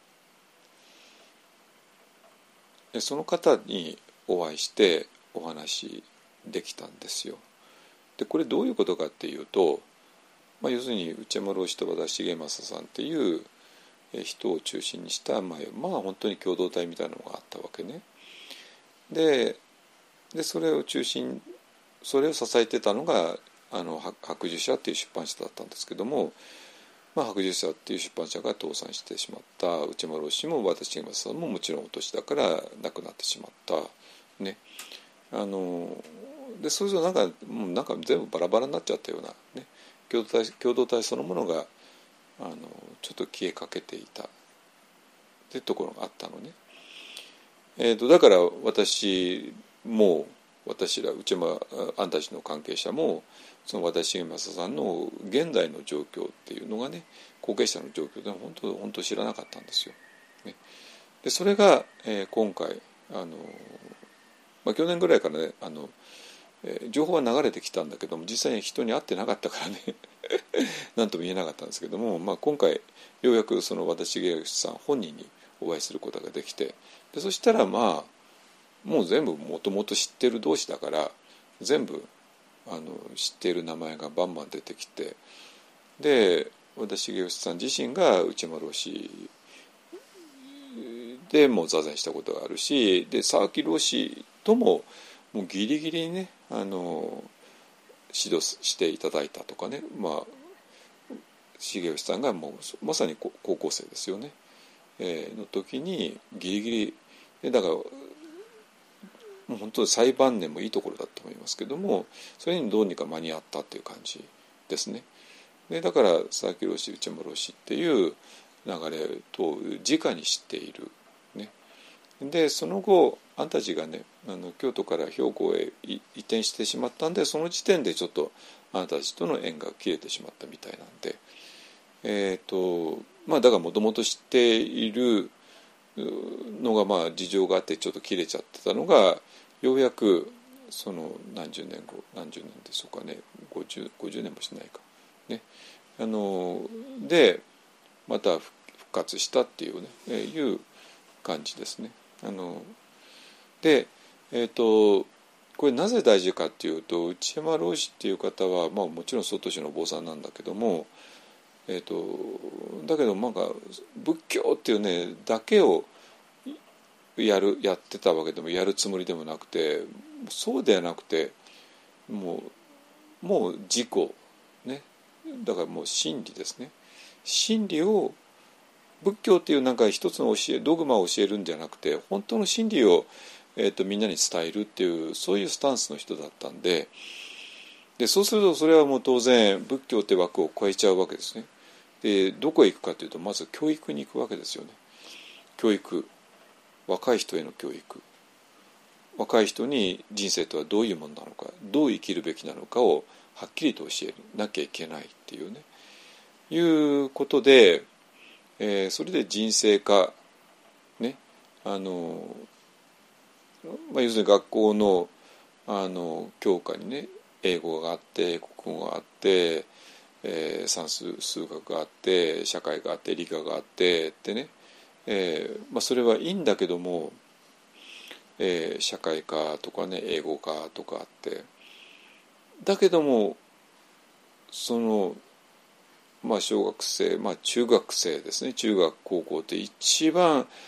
Speaker 1: ー、その方にお会いしてお話できたんですよ。でこれどういうことかっていうと、まあ、要するに内山老師と和田重政さんっていう人を中心にした、まあ、まあ本当に共同体みたいなのがあったわけね。で、でそれを中心それを支えてたのがあの白寿社っていう出版社だったんですけども、まあ、白寿社っていう出版社が倒産してしまった。内山老師も和田重政さんももちろんお年だから亡くなってしまったね。あのでそうするとなんかもうなんか全部バラバラになっちゃったようなね、共同体、共同体そのものがあのちょっと消えかけていたっていうところがあったのね。えー、とだから私も私ら内山あんたちの関係者もその和田重政さんの現代の状況っていうのがね、後継者の状況で本当本当知らなかったんですよ。ね、でそれが、えー、今回あの、まあ、去年ぐらいからねあの情報は流れてきたんだけども実際に人に会ってなかったからね何とも言えなかったんですけども、まあ、今回ようやくその和田重義さん本人にお会いすることができて、でそしたらまあもう全部もともと知ってる同士だから全部あの知っている名前がバンバン出てきて、で和田重義さん自身が内山老師でもう座禅したことがあるし、で沢木老師とももうギリギリにねあの指導していただいたとかね、まあ重義さんがもうまさに高校生ですよね、えー、の時にギリギリでだからもう本当に最晩年もいいところだと思いますけども、それにどうにか間に合ったっていう感じですね。でだから佐々木老師内山老師っていう流れと直に知っているね。でその後あんたたちがねあの京都から兵庫へ移転してしまったんで、その時点でちょっとあなたたちとの縁が切れてしまったみたいなんで、えーとまあだからもともと知っているのがまあ事情があってちょっと切れちゃってたのがようやくその何十年後何十年でしょうかね、ごじゅう、ごじゅうねんもしないかね、あのでまた復活したっていうね、えー、いう感じですね。あのでえっ、ー、とこれなぜ大事かっていうと、内山老師っていう方は、まあ、もちろん外市のお坊さんなんだけども、えーと、だけどなんか仏教っていうねだけをやるやってたわけでもやるつもりでもなくて、そうではなくてもうもう自己ね、だからもう真理ですね。真理を仏教っていうなんか一つの教えドグマを教えるんじゃなくて本当の真理を、えーと、みんなに伝えるっていうそういうスタンスの人だったんで、でそうするとそれはもう当然仏教って枠を超えちゃうわけですね。でどこへ行くかというとまず教育に行くわけですよね。教育、若い人への教育、若い人に人生とはどういうものなのか、どう生きるべきなのかをはっきりと教えなきゃいけないっていうねいうことで、えー、それで人生化ね、あの、まあ、要するに学校のあの教科にね英語があって国語があって、えー、算数数学があって社会があって理科があってってね、えーまあ、それはいいんだけども、えー、社会科とかね英語科とかあって、だけどもそのまあ小学生、まあ中学生ですね、中学高校って一番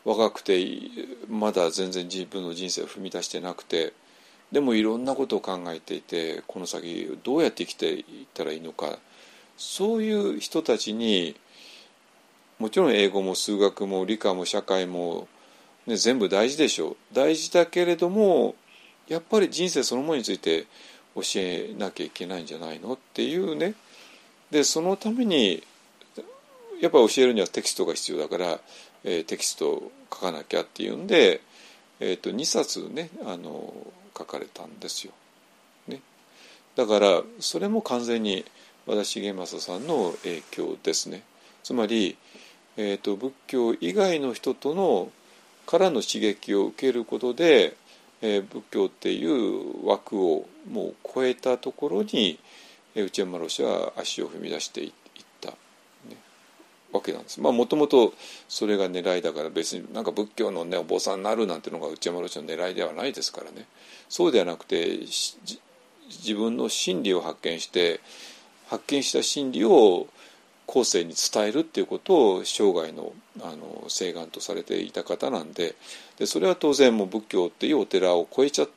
Speaker 1: 若くてまだ全然自分の人生を踏み出してなくて、でもいろんなことを考えていて、この先どうやって生きていったらいいのか、そういう人たちにもちろん英語も数学も理科も社会も、ね、全部大事でしょう。大事だけれどもやっぱり人生そのものについて教えなきゃいけないんじゃないのっていうね。でそのためにやっぱり教えるにはテキストが必要だから、えー、テキストを書かなきゃっていうんで、えー、とにさつねあの書かれたんですよ、ね、だからそれも完全に和田重政さんの影響ですね。つまり、えー、と仏教以外の人とのからの刺激を受けることで、えー、仏教っていう枠をもう超えたところに、えー、内山老師は足を踏み出していったわけなんです。まあもともとそれが狙いだから、別になんか仏教のねお坊さんになるなんていうのが内山老師の狙いではないですからね。そうではなくて自分の真理を発見して発見した真理を後世に伝えるっていうことを生涯のあの請願とされていた方なんで、でそれは当然もう仏教っていうお寺を超えちゃって、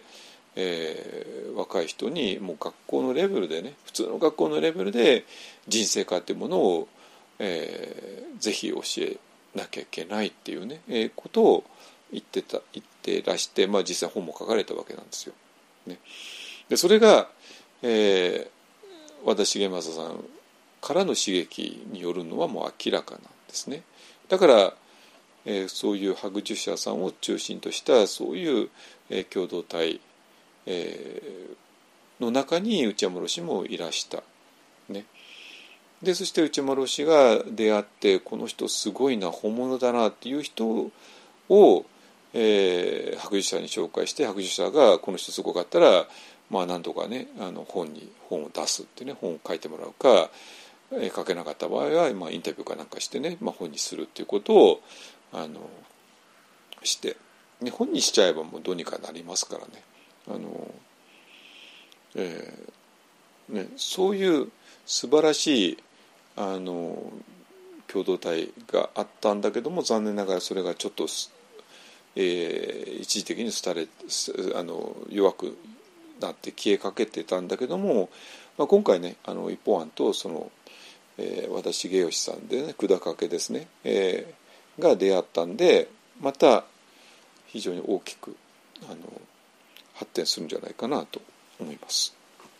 Speaker 1: えー、若い人にもう学校のレベルでね、普通の学校のレベルで人生観っていうものをえー、ぜひ教えなきゃいけないっていうね、えー、ことを言ってた言ってらして、まあ、実際本も書かれたわけなんですよ。ね、でそれが、えー、和田重政さんからの刺激によるのはもう明らかなんですね。だから、えー、そういう白寿者さんを中心としたそういう、えー、共同体、えー、の中に内山老師もいらした。ね。でそして内山老師が出会って、この人すごいな本物だなっていう人を、えー、白寿者に紹介して、白寿者がこの人すごかったらまあ何とかねあの本に本を出すってね、本を書いてもらうか、えー、書けなかった場合は、まあ、インタビューかなんかしてね、まあ、本にするっていうことをあのして、ね、本にしちゃえばもうどうにかなりますからね。あの、えーね、そういう素晴らしいあの共同体があったんだけども、残念ながらそれがちょっと、えー、一時的に廃れあの弱くなって消えかけてたんだけども、まあ、今回ねあの一方案とその、えー、和田重義さんでね管掛けですね、えー、が出会ったんで、また非常に大きくあの発展するんじゃないかなと思います。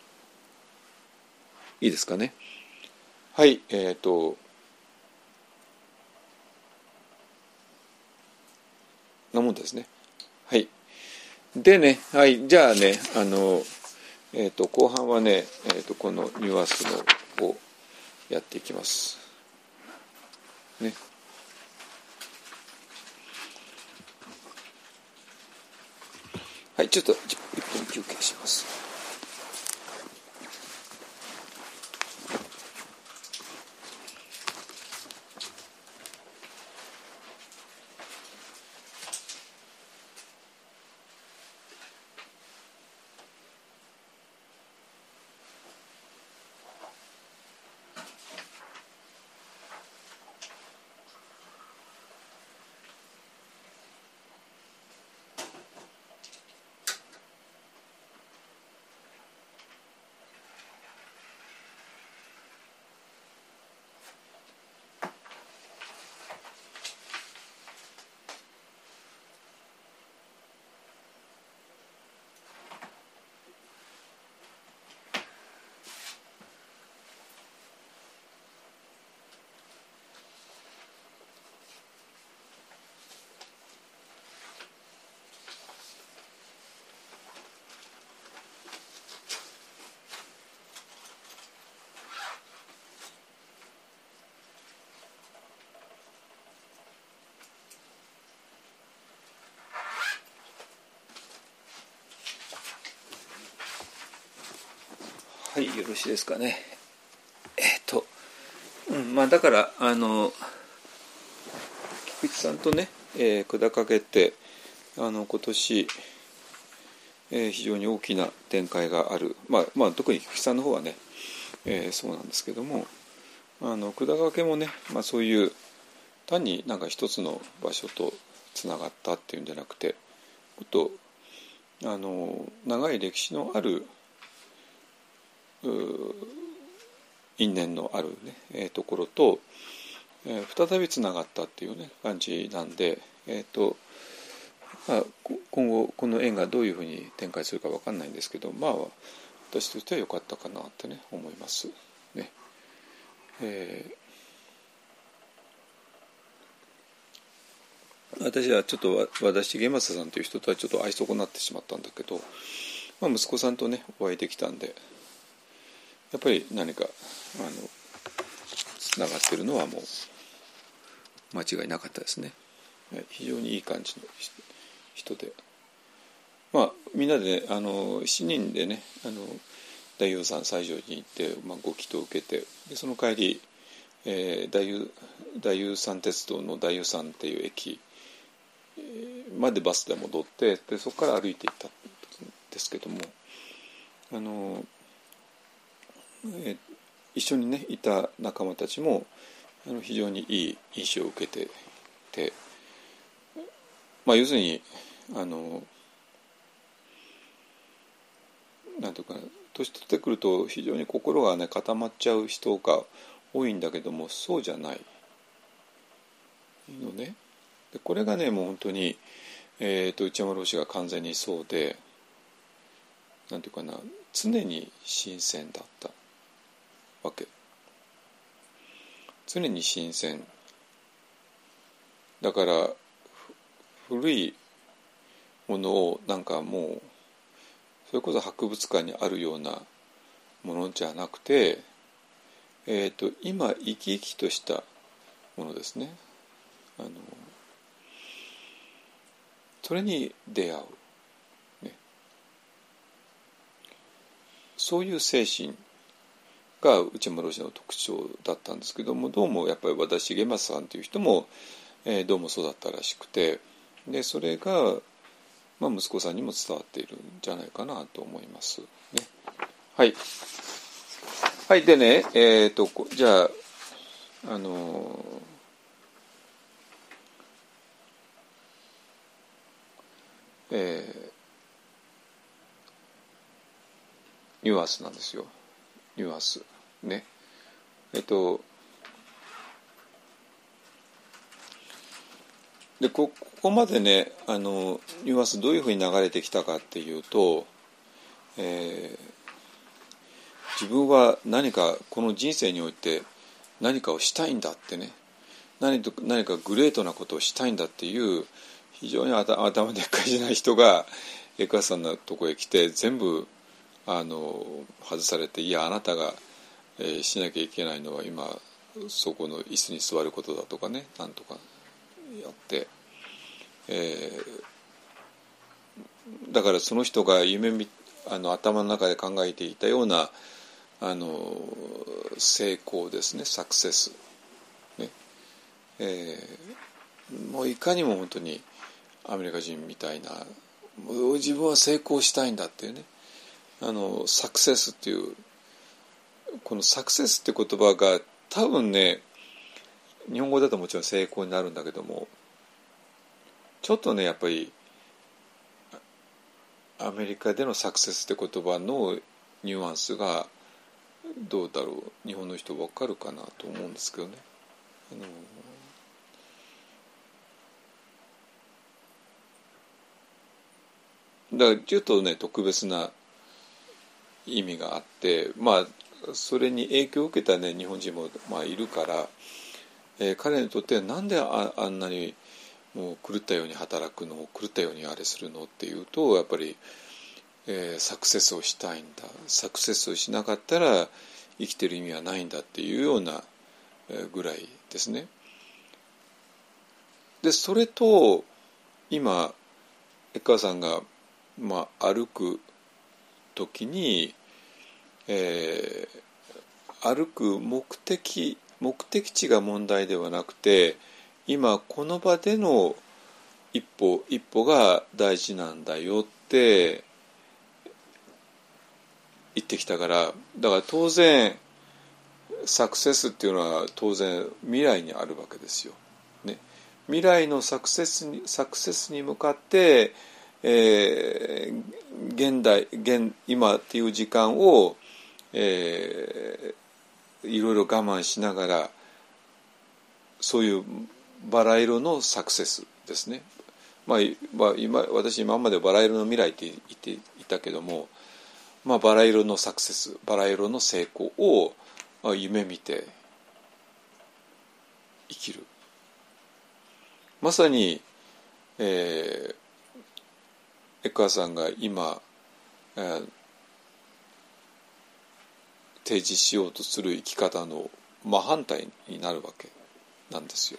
Speaker 1: いいですかね。はい、えっとなもんですね。はい。でね、はい、じゃあね、あのえっと後半はね、えっとこのニュアンスのをやっていきます。ね。はい、ちょっといっぷん休憩します。はい、よろしいですかね。えっと、うん、まあだからあの菊池さんとね、えー、管掛けてあの今年、えー、非常に大きな展開がある。まあまあ特に菊池さんの方はね、えー、そうなんですけども、あの管掛けもね、まあそういう単になんか一つの場所とつながったっていうんじゃなくて、もっとあの長い歴史のある因縁のある、ねえー、ところと、えー、再びつながったっていう、ね、感じなんで、えーとまあ、今後この縁がどういうふうに展開するか分かんないんですけど、まあ私としては良かったかなってね思いますね。えー、私はちょっと和田重政さんという人とはちょっと愛想になってしまったんだけど、まあ、息子さんとねお会いできたんで、やっぱり何かあのつながってるのはもう間違いなかったですね。非常にいい感じの人で、まあみんなでねあのしちにんでねあの大雄山西条に行って、まあ、ご祈祷を受けて、でその帰り、えー、大雄大雄山鉄道の大雄山っていう駅までバスで戻って、でそこから歩いていったんですけども、あの、えー、一緒にねいた仲間たちもあの非常にいい印象を受けてて、まあ要するにあのなんていうかな、年取ってくると非常に心がね固まっちゃう人が多いんだけども、そうじゃないのね。でこれがねもう本当に、えー、と内山老師が完全にそうで、なんていうかな、常に新鮮だったわけ。常に新鮮だから、古いものをなんかもうそれこそ博物館にあるようなものじゃなくて、えー、と今生き生きとしたものですね。あのそれに出会う、ね、そういう精神が内山老師の特徴だったんですけども、どうもやっぱり和田重政さんという人も、えー、どうもそうだったらしくて、でそれが、まあ、息子さんにも伝わっているんじゃないかなと思います、ね、はいはいでねえっ、ー、とじゃああのえー、ニュアンスなんですよ。ニュアンスね。えっとで こ, ここまでねあのニュアンスどういうふうに流れてきたかっていうと、えー、自分は何かこの人生において何かをしたいんだってね、何と何かグレートなことをしたいんだっていう非常に頭でっかいじゃない人がエカさんのとこへ来て全部あの外されて、いやあなたが、えー、しなきゃいけないのは今そこの椅子に座ることだとかね、なんとかやって、えー、だからその人が夢みあの頭の中で考えていたようなあの成功ですね、サクセス、ねえー、もういかにも本当にアメリカ人みたいな、もう自分は成功したいんだっていうね、あのサクセスっていうこのサクセスって言葉が多分ね日本語だともちろん成功になるんだけども、ちょっとねやっぱりアメリカでのサクセスって言葉のニュアンスがどうだろう、日本の人分かるかなと思うんですけどね。あのだからちょっとね特別な意味があって、まあそれに影響を受けたね日本人もまあいるから、えー、彼にとってなんで あ, あんなにもう狂ったように働くの、狂ったようにあれするのっていうと、やっぱり、えー、サクセスをしたいんだ、サクセスをしなかったら生きてる意味はないんだっていうようなぐらいですね。でそれと今江川さんが、まあ、歩く時に、えー、歩く目的目的地が問題ではなくて、今この場での一歩一歩が大事なんだよって言ってきたから、だから当然サクセスっていうのは当然未来にあるわけですよ、ね未来のサクセスにサクセスに向かって、えー、現代現今っていう時間を、えー、いろいろ我慢しながら、そういうバラ色のサクセスですね。まあ、まあ、今私今までバラ色の未来って言っていたけども、まあ、バラ色のサクセス、バラ色の成功を、まあ、夢見て生きる。まさに、えー、江川さんが今、えー、提示しようとする生き方の真反対になるわけなんですよ。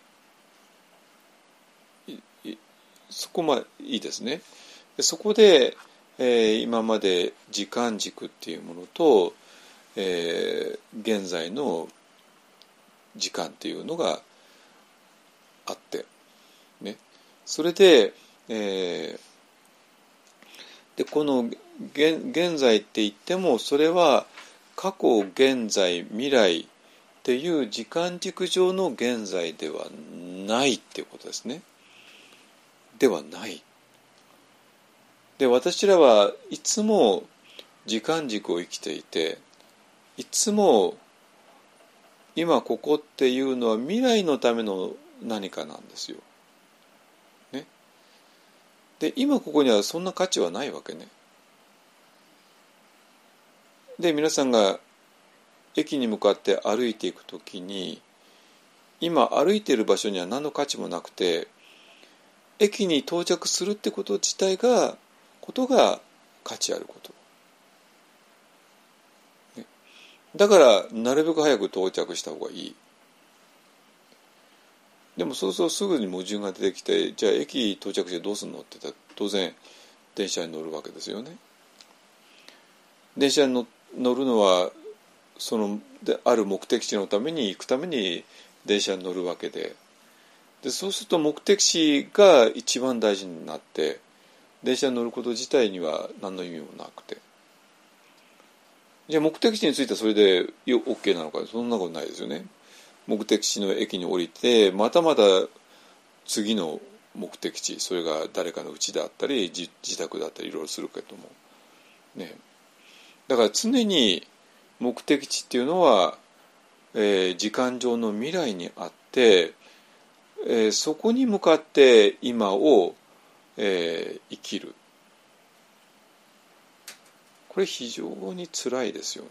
Speaker 1: そこまでいいですね。でそこで、えー、今まで時間軸っていうものと、えー、現在の時間っていうのがあって、ね、それで、えー、でこの 現, 現在って言ってもそれは過去現在未来っていう時間軸上の現在ではないっていうことですね。ではない。で私らはいつも時間軸を生きていて、いつも今ここっていうのは未来のための何かなんですよ。ね。で今ここにはそんな価値はないわけね。で皆さんが駅に向かって歩いていくときに、今歩いている場所には何の価値もなくて、駅に到着するってこと自体がことが価値あること、ね、だからなるべく早く到着した方がいい。でもそうするとすぐに矛盾が出てきて、じゃあ駅到着してどうするのって言ったら当然電車に乗るわけですよね。電車に乗るのはそのである目的地のために行くために電車に乗るわけで、でそうすると目的地が一番大事になって電車に乗ること自体には何の意味もなくて、じゃあ目的地に着いたらそれで OK なのか、そんなことないですよね。目的地の駅に降りてまたまた次の目的地、それが誰かの家であったり 自, 自宅だったりいろいろするけどもね。だから常に目的地っていうのは、えー、時間上の未来にあって、えー、そこに向かって今を、えー、生きる。これ非常につらいですよね。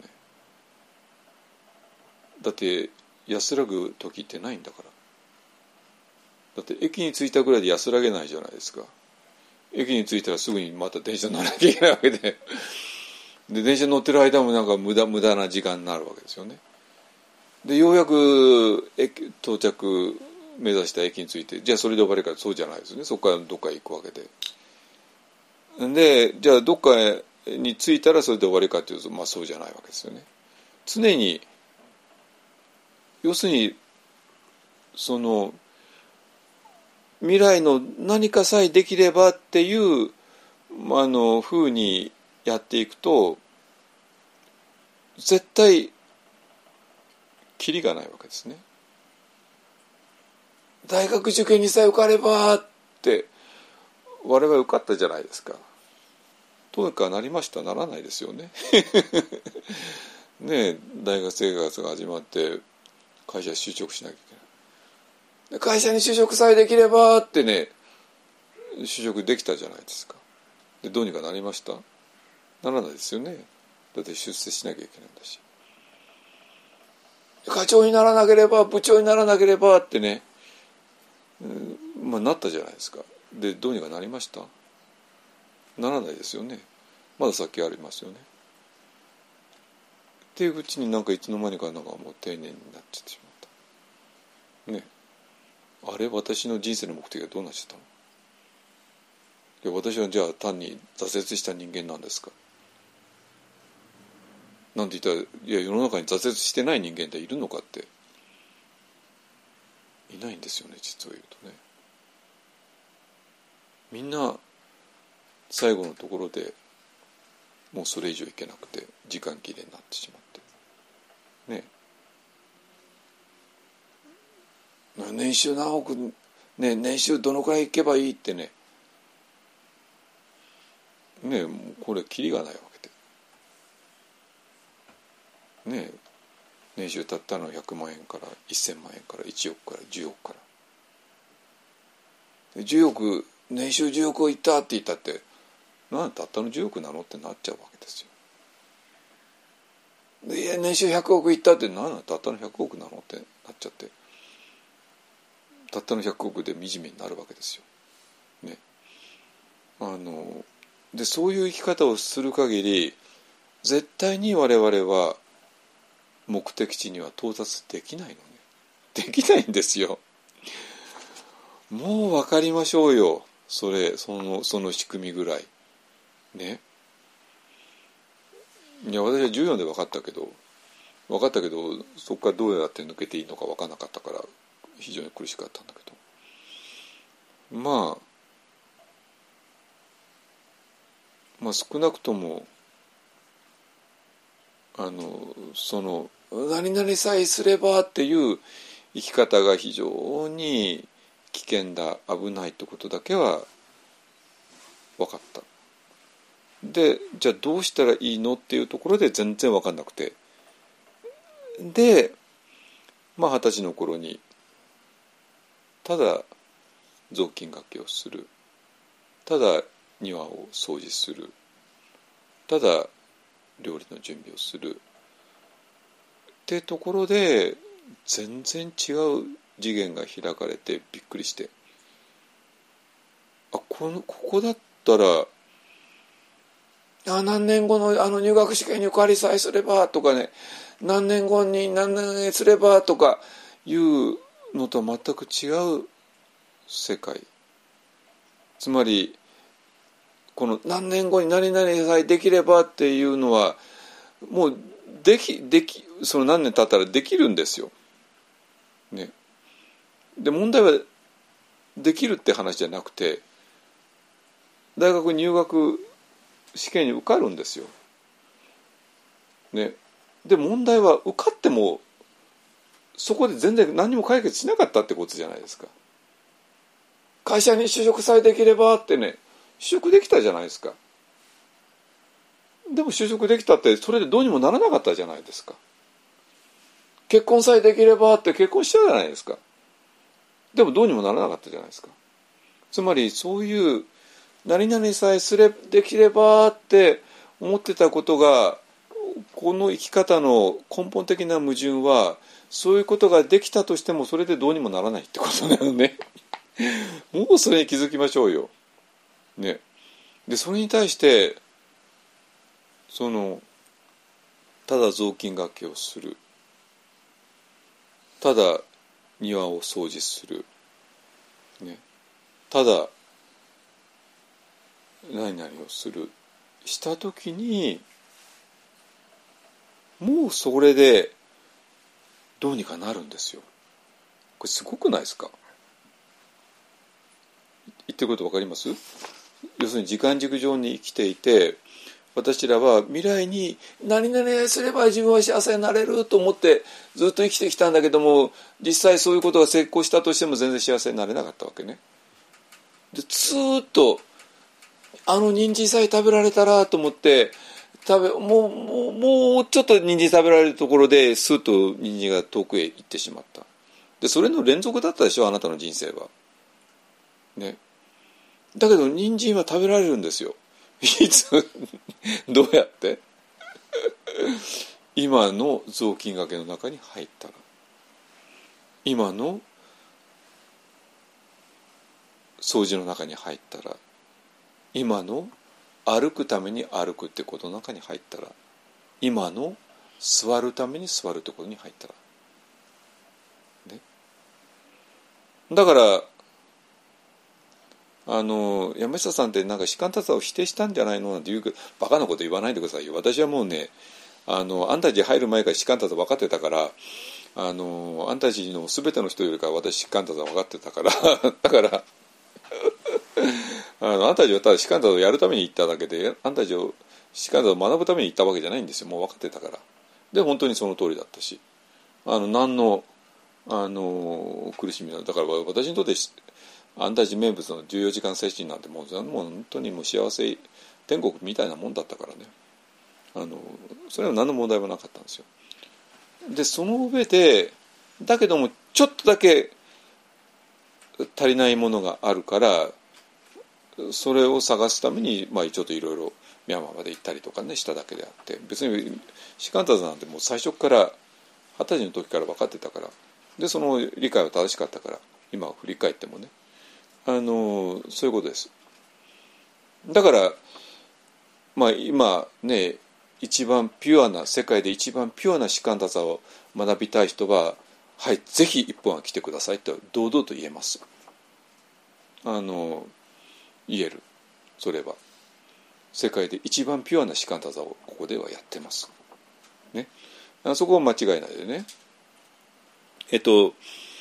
Speaker 1: だって安らぐ時ってないんだから。だって駅に着いたぐらいで安らげないじゃないですか。駅に着いたらすぐにまた電車乗らなきゃいけないわけでで電車乗ってる間もなんか無駄無駄な時間になるわけですよね。でようやく駅到着目指した駅に着いて、じゃあそれで終わりか、そうじゃないですよね。そこからどっかへ行くわけで、でじゃあどっかに着いたらそれで終わりかっていうと、まあそうじゃないわけですよね。常に要するにその未来の何かさえできればっていうあの風にやっていくと絶対キリがないわけですね。大学受験にさえ受かればって我々受かったじゃないですか。どうかなりました？ならないですよねねえ、大学生活が始まって会社就職しなきゃいけない。会社に就職さえできればってね、就職できたじゃないですか。でどうにかなりました？ならないですよね。だって出世しなきゃいけないんだし、課長にならなければ部長にならなければってね、うん、まあなったじゃないですか。でどうにかなりました？ならないですよね。まだ先ありますよね。っていううちになんかいつの間にかなんかもう定年になっちゃってしまったね。あれ、私の人生の目的はどうなっちゃったの？いや私はじゃあ単に挫折した人間なんですかなんて言ったら、いや世の中に挫折してない人間っているのかって、いないんですよね、実を言うとね。みんな最後のところでもうそれ以上いけなくて時間切れになってしまってね。年収何億ね、年収どのくらいいけばいいってね、ね、もうこれキリがないわけで、ね、年収たったのはひゃくまんえんからせんまんえんからいちおくからじゅうおくからじゅうおく、年収じゅうおくをいったって言ったってなんでたったのじゅうおくなのってなっちゃうわけですよ。いや年収ひゃくおくいったってなんでたったのひゃくおくなのってなっちゃって、たったのひゃくおくで惨めになるわけですよ。ね、あのでそういう生き方をする限り絶対に我々は目的地には到達できないのね。できないんですよ。もう分かりましょうよ。それそのその仕組みぐらいね。いや私はじゅうよんで分かったけど分かったけどそこからどうやって抜けていいのか分からなかったから非常に苦しかったんだけど、まあまあ少なくともあのその何々さえすればっていう生き方が非常に危険だ危ないってことだけは分かった。でじゃあどうしたらいいのっていうところで全然分かんなくて、でまあ二十歳の頃にただ雑巾がけをする、ただ庭を掃除する、ただ料理の準備をするってところで全然違う次元が開かれてびっくりして、あこのここだったらあ何年後のあの入学試験に受かりさえすればとかね、何年後に何年すればとかいうのとは全く違う世界、つまりこの何年後に何々さえできればっていうのはもうできできその何年経ったらできるんですよ、ね、で問題はできるって話じゃなくて大学入学試験に受かるんですよ、ね、で問題は受かってもそこで全然何も解決しなかったってことじゃないですか。会社に就職さえできればってね、就職できたじゃないですか。でも就職できたってそれでどうにもならなかったじゃないですか。結婚さえできればって結婚しちゃうじゃないですか。でもどうにもならなかったじゃないですか。つまりそういう何々さえすれできればって思ってたことがこの生き方の根本的な矛盾はそういうことができたとしてもそれでどうにもならないってことなのねもうそれに気づきましょうよ、ね、でそれに対してそのただ雑巾がけをする、ただ庭を掃除する、ね、ただ何々をするしたときにもうそれでどうにかなるんですよ。これすごくないですか。言ってること分かります？要するに時間軸上に生きていて私らは未来に何々すれば自分は幸せになれると思ってずっと生きてきたんだけども実際そういうことが成功したとしても全然幸せになれなかったわけね。でずっとあの人参さえ食べられたらと思って食べもう、もう、もうちょっと人参食べられるところでスーッと人参が遠くへ行ってしまった。でそれの連続だったでしょあなたの人生はね。だけど人参は食べられるんですよ。いつどうやって今の雑巾がけの中に入ったら、今の掃除の中に入ったら、今の歩くために歩くってことの中に入ったら、今の座るために座るってことに入ったら、ね、だからあの山下さんってなんか士官達を否定したんじゃないのなんていうバカなこと言わないでくださいよ。私はもうねあのあんたたち入る前から士官達分かってたから、あのあんたたちの全ての人よりか私士官達は分かってたからだからあのあんたたちはただ士官達をやるために行っただけで、あんたたちを士官達を学ぶために行ったわけじゃないんですよ。もう分かってたから。で本当にその通りだったし、あの何のあの苦しみなんだから私にとって安泰寺名物のじゅうよじかん精神なんてもうもう本当にもう幸せ天国みたいなもんだったからね、あのそれは何の問題もなかったんですよ。でその上でだけどもちょっとだけ足りないものがあるからそれを探すために、まあ、ちょっといろいろミャンマーまで行ったりとかねしただけであって、別にシカンタズなんてもう最初から二十歳の時から分かってたから、でその理解は正しかったから今振り返ってもね、あのそういうことです。だからまあ今ね一番ピュアな世界で一番ピュアなシカンタザを学びたい人ははいぜひ一本は来てくださいと堂々と言えます。あの言える。それは世界で一番ピュアなシカンタザをここではやってますね。そこは間違いないでね。えっと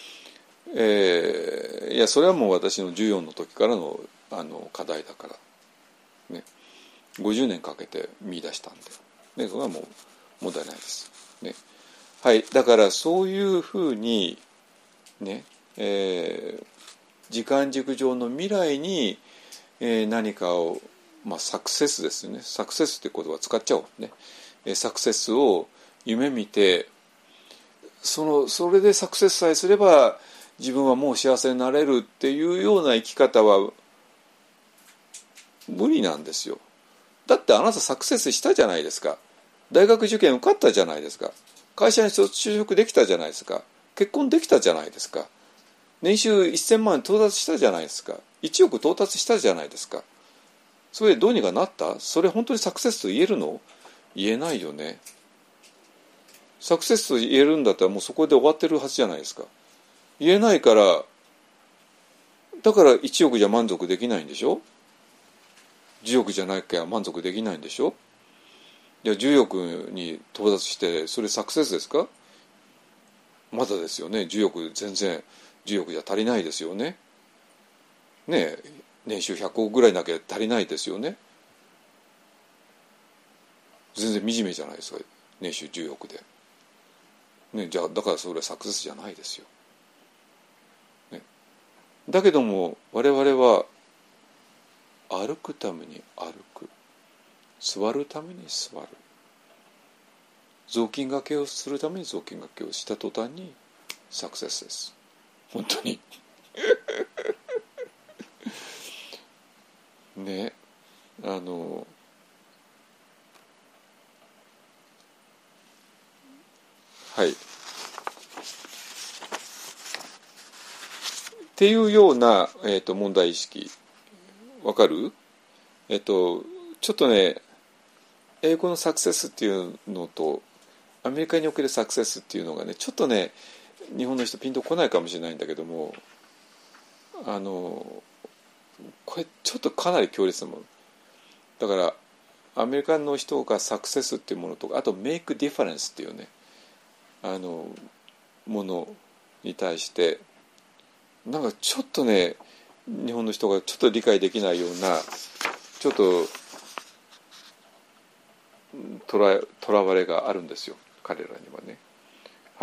Speaker 1: えー、いやそれはもう私のじゅうよんの時からのあの課題だからね、ごじゅうねんかけて見出したんで、ね、それはもう問題ないですね。はい、だからそういうふうにね、えー、時間軸上の未来に、えー、何かを、まあ、サクセスですね、サクセスって言葉を使っちゃおうね、えー、サクセスを夢見て、そのそれでサクセスさえすれば自分はもう幸せになれるっていうような生き方は無理なんですよ。だってあなたサクセスしたじゃないですか。大学受験受かったじゃないですか。会社に就職できたじゃないですか。結婚できたじゃないですか。年収せんまん到達したじゃないですか。いちおく到達したじゃないですか。それでどうにかなった？それ本当にサクセスと言えるの？言えないよね。サクセスと言えるんだったらもうそこで終わってるはずじゃないですか。言えないから、だからいちおくじゃ満足できないんでしょ。じゅうおくじゃなきゃ満足できないんでしょ。じゃあじゅうおくに到達してそれサクセスですか？まだですよね。じゅうおく全然じゅうおくじゃ足りないですよね。ねえ年収ひゃくおくぐらいなきゃ足りないですよね。全然惨めじゃないですか、年収じゅうおくで、ね、じゃあだからそれはサクセスじゃないですよ、ね、だけども我々は歩くために歩く、座るために座る、雑巾がけをするために雑巾がけをした途端にサクセスです。本当にね、あのはいっていうような、えーと、問題意識わかる？えっとちょっとね英語のサクセスっていうのとアメリカにおけるサクセスっていうのがねちょっとね日本の人ピンとこないかもしれないんだけども、あのこれちょっとかなり強烈なものだから、アメリカの人がサクセスっていうものとか、あとメイクディファレンスっていうねあのものに対してなんかちょっとね日本の人がちょっと理解できないようなちょっととらとらわれがあるんですよ彼らにはね。はい、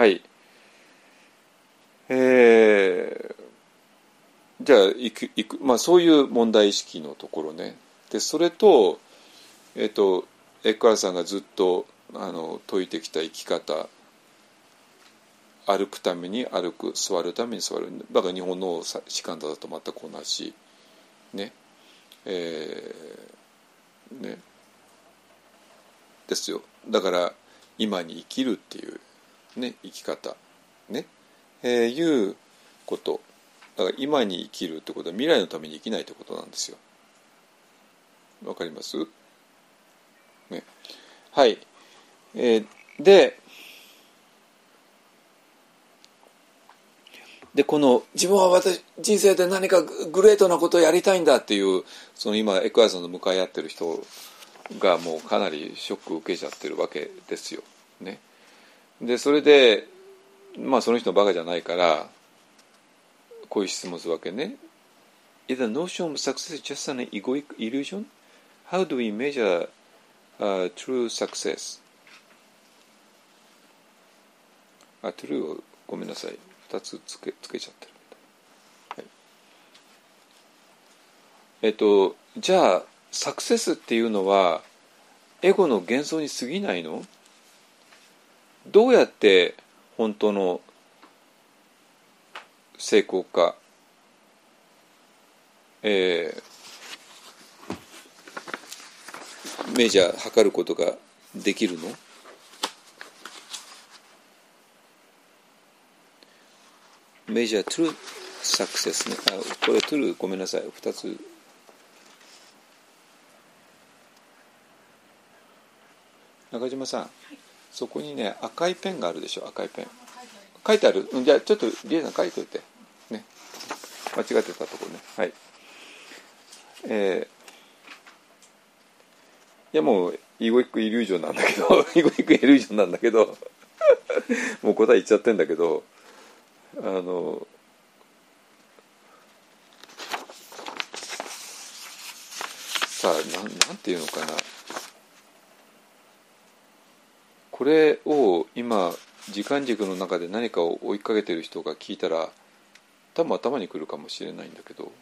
Speaker 1: えー、じゃあいくいく、まあ、そういう問題意識のところね。でそれと、えっとエッカールさんがずっとあの説いてきた生き方、歩くために歩く、座るために座る、だから日本の士官だと全く同じね、えー、ねですよ。だから今に生きるっていうね生き方ね、えー、いうことだから今に生きるってことは未来のために生きないってことなんですよ。わかります？ね、はい、えー、ででこの自分は私人生で何かグレートなことをやりたいんだっていうその今エクアさんと向かい合ってる人がもうかなりショックを受けちゃってるわけですよ。ね、でそれでまあその人のバカじゃないからこういう質問するわけね。Is the notion of success just an egoic illusion? How do we measure、uh, true success? あ、true をごめんなさいふたつつけ、つけちゃってる、はい、 えっとじゃあサクセスっていうのはエゴの幻想に過ぎないの？どうやって本当の成功か、えー、メジャー測ることができるの？メジャートゥルサクセスね。あ、これトゥルごめんなさい。ふたつ。中島さん、はい、そこにね赤いペンがあるでしょ。赤いペン書いてある。じゃあちょっとリエさん書いておいてね。間違ってたところね。はい。えー、いやもうイゴイックイリュージョンなんだけどイゴイックイリュージョンなんだけどもう答え言っちゃってんだけど、あのさあ な, なんていうのかな、これを今時間軸の中で何かを追いかけてる人が聞いたら多分頭にくるかもしれないんだけど、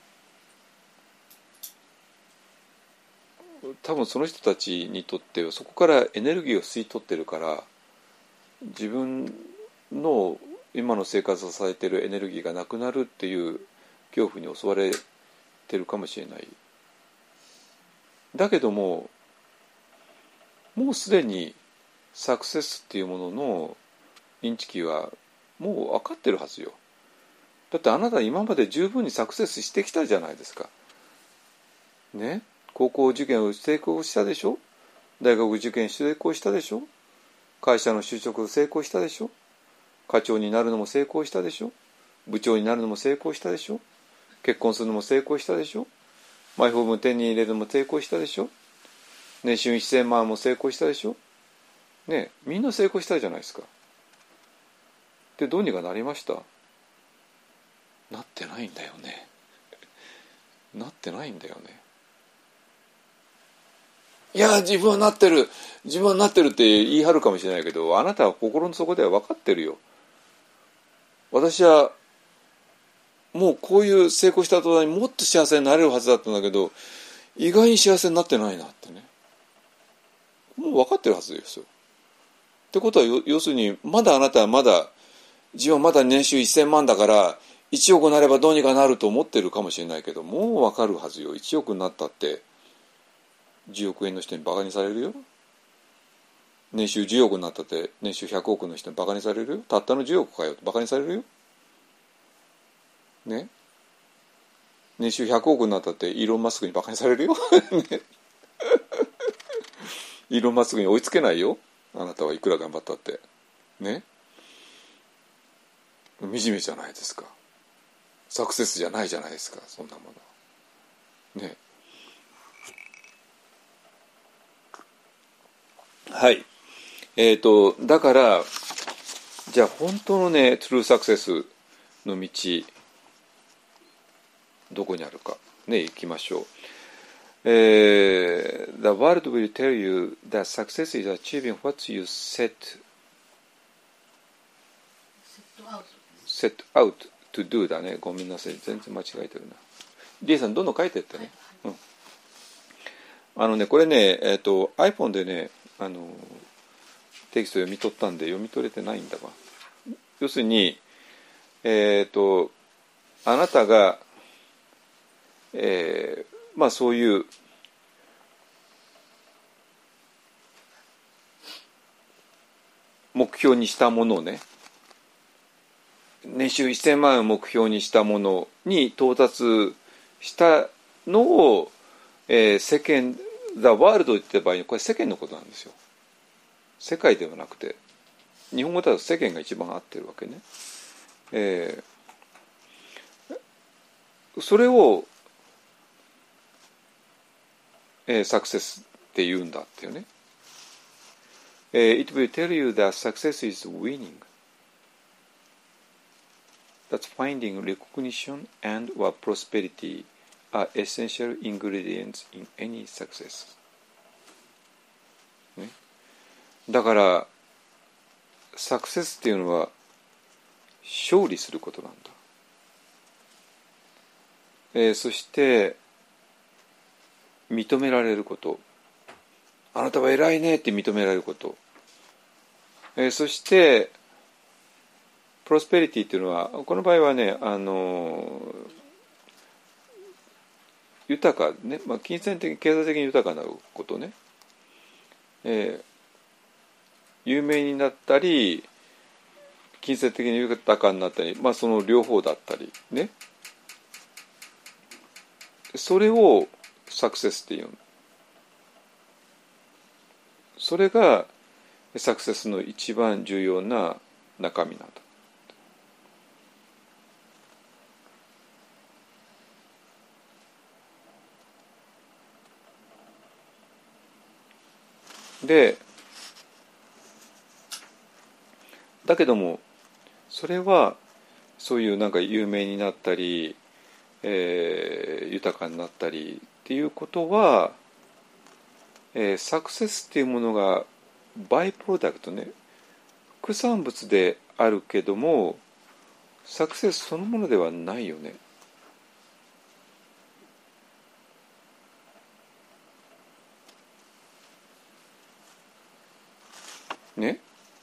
Speaker 1: 多分その人たちにとってはそこからエネルギーを吸い取ってるから、自分の今の生活を支えてるエネルギーがなくなるっていう恐怖に襲われてるかもしれない。だけどももうすでにサクセスっていうもののインチキはもう分かってるはずよ。だってあなた今まで十分にサクセスしてきたじゃないですかね。高校受験を成功したでしょ。大学受験成功したでしょ。会社の就職を成功したでしょ。課長になるのも成功したでしょ。部長になるのも成功したでしょ。結婚するのも成功したでしょ。マイホームを手に入れるのも成功したでしょ。年収せんまんも成功したでしょ。ね、みんな成功したじゃないですか。でどうにかなりました？なってないんだよねなってないんだよね。いや自分はなってる自分はなってるって言い張るかもしれないけど、あなたは心の底では分かってるよ。私はもうこういう成功した途端にもっと幸せになれるはずだったんだけど、意外に幸せになってないなってね、もう分かってるはずですよ。ってことは要するにまだあなたはまだ自分はまだ年収せんまんだからいちおくなればどうにかなると思ってるかもしれないけど、もう分かるはずよ。いちおくになったってじゅうおくえんの人にバカにされるよ。年収じゅうおくになったって年収ひゃくおくの人にバカにされるよ。たったのじゅうおくかよってバカにされるよね。年収ひゃくおくになったってイーロン・マスクにバカにされるよね、イーロン・マスクに追いつけないよあなたはいくら頑張ったってね。惨めじゃないですか。サクセスじゃないじゃないですか、そんなものね。はい。えーとだからじゃあ本当のねトゥルーサクセスの道どこにあるかね、行きましょう。えー、The world will tell you that success is achieving what you set set out to do だね。ごめんなさい、全然間違えてるな。リエさんどんどん書いてってね、はいはい、うん、あのねこれね、えーと iPhone でねあのテキスト読み取ったんで読み取れてないんだわ。要するにえっ、ー、とあなたが、えー、まあそういう目標にしたものをね、年収せんまんを目標にしたものに到達したのを、えー、世間 The World と言った場合にこれ世間のことなんですよ。世界ではなくて日本語だと世間が一番合ってるわけね。えー、それを、えー、サクセスって言うんだっていうね。えー、It will tell you that success is winning. That's finding recognition and or prosperity are essential ingredients in any success. ね、だからサクセスっていうのは勝利することなんだ。えー、そして認められること、あなたは偉いねって認められること、えー、そしてプロスペリティっていうのはこの場合はね、あの豊かね、まあ、金銭的経済的に豊かなことね、えー、有名になったり金銭的に豊かになったり、まあ、その両方だったりね、それをサクセスっていう、それがサクセスの一番重要な中身なんだ。でだけどもそれはそういうなんか有名になったり、えー、豊かになったりっていうことは、えー、サクセスっていうものがバイプロダクトね、副産物であるけどもサクセスそのものではないよね。ね。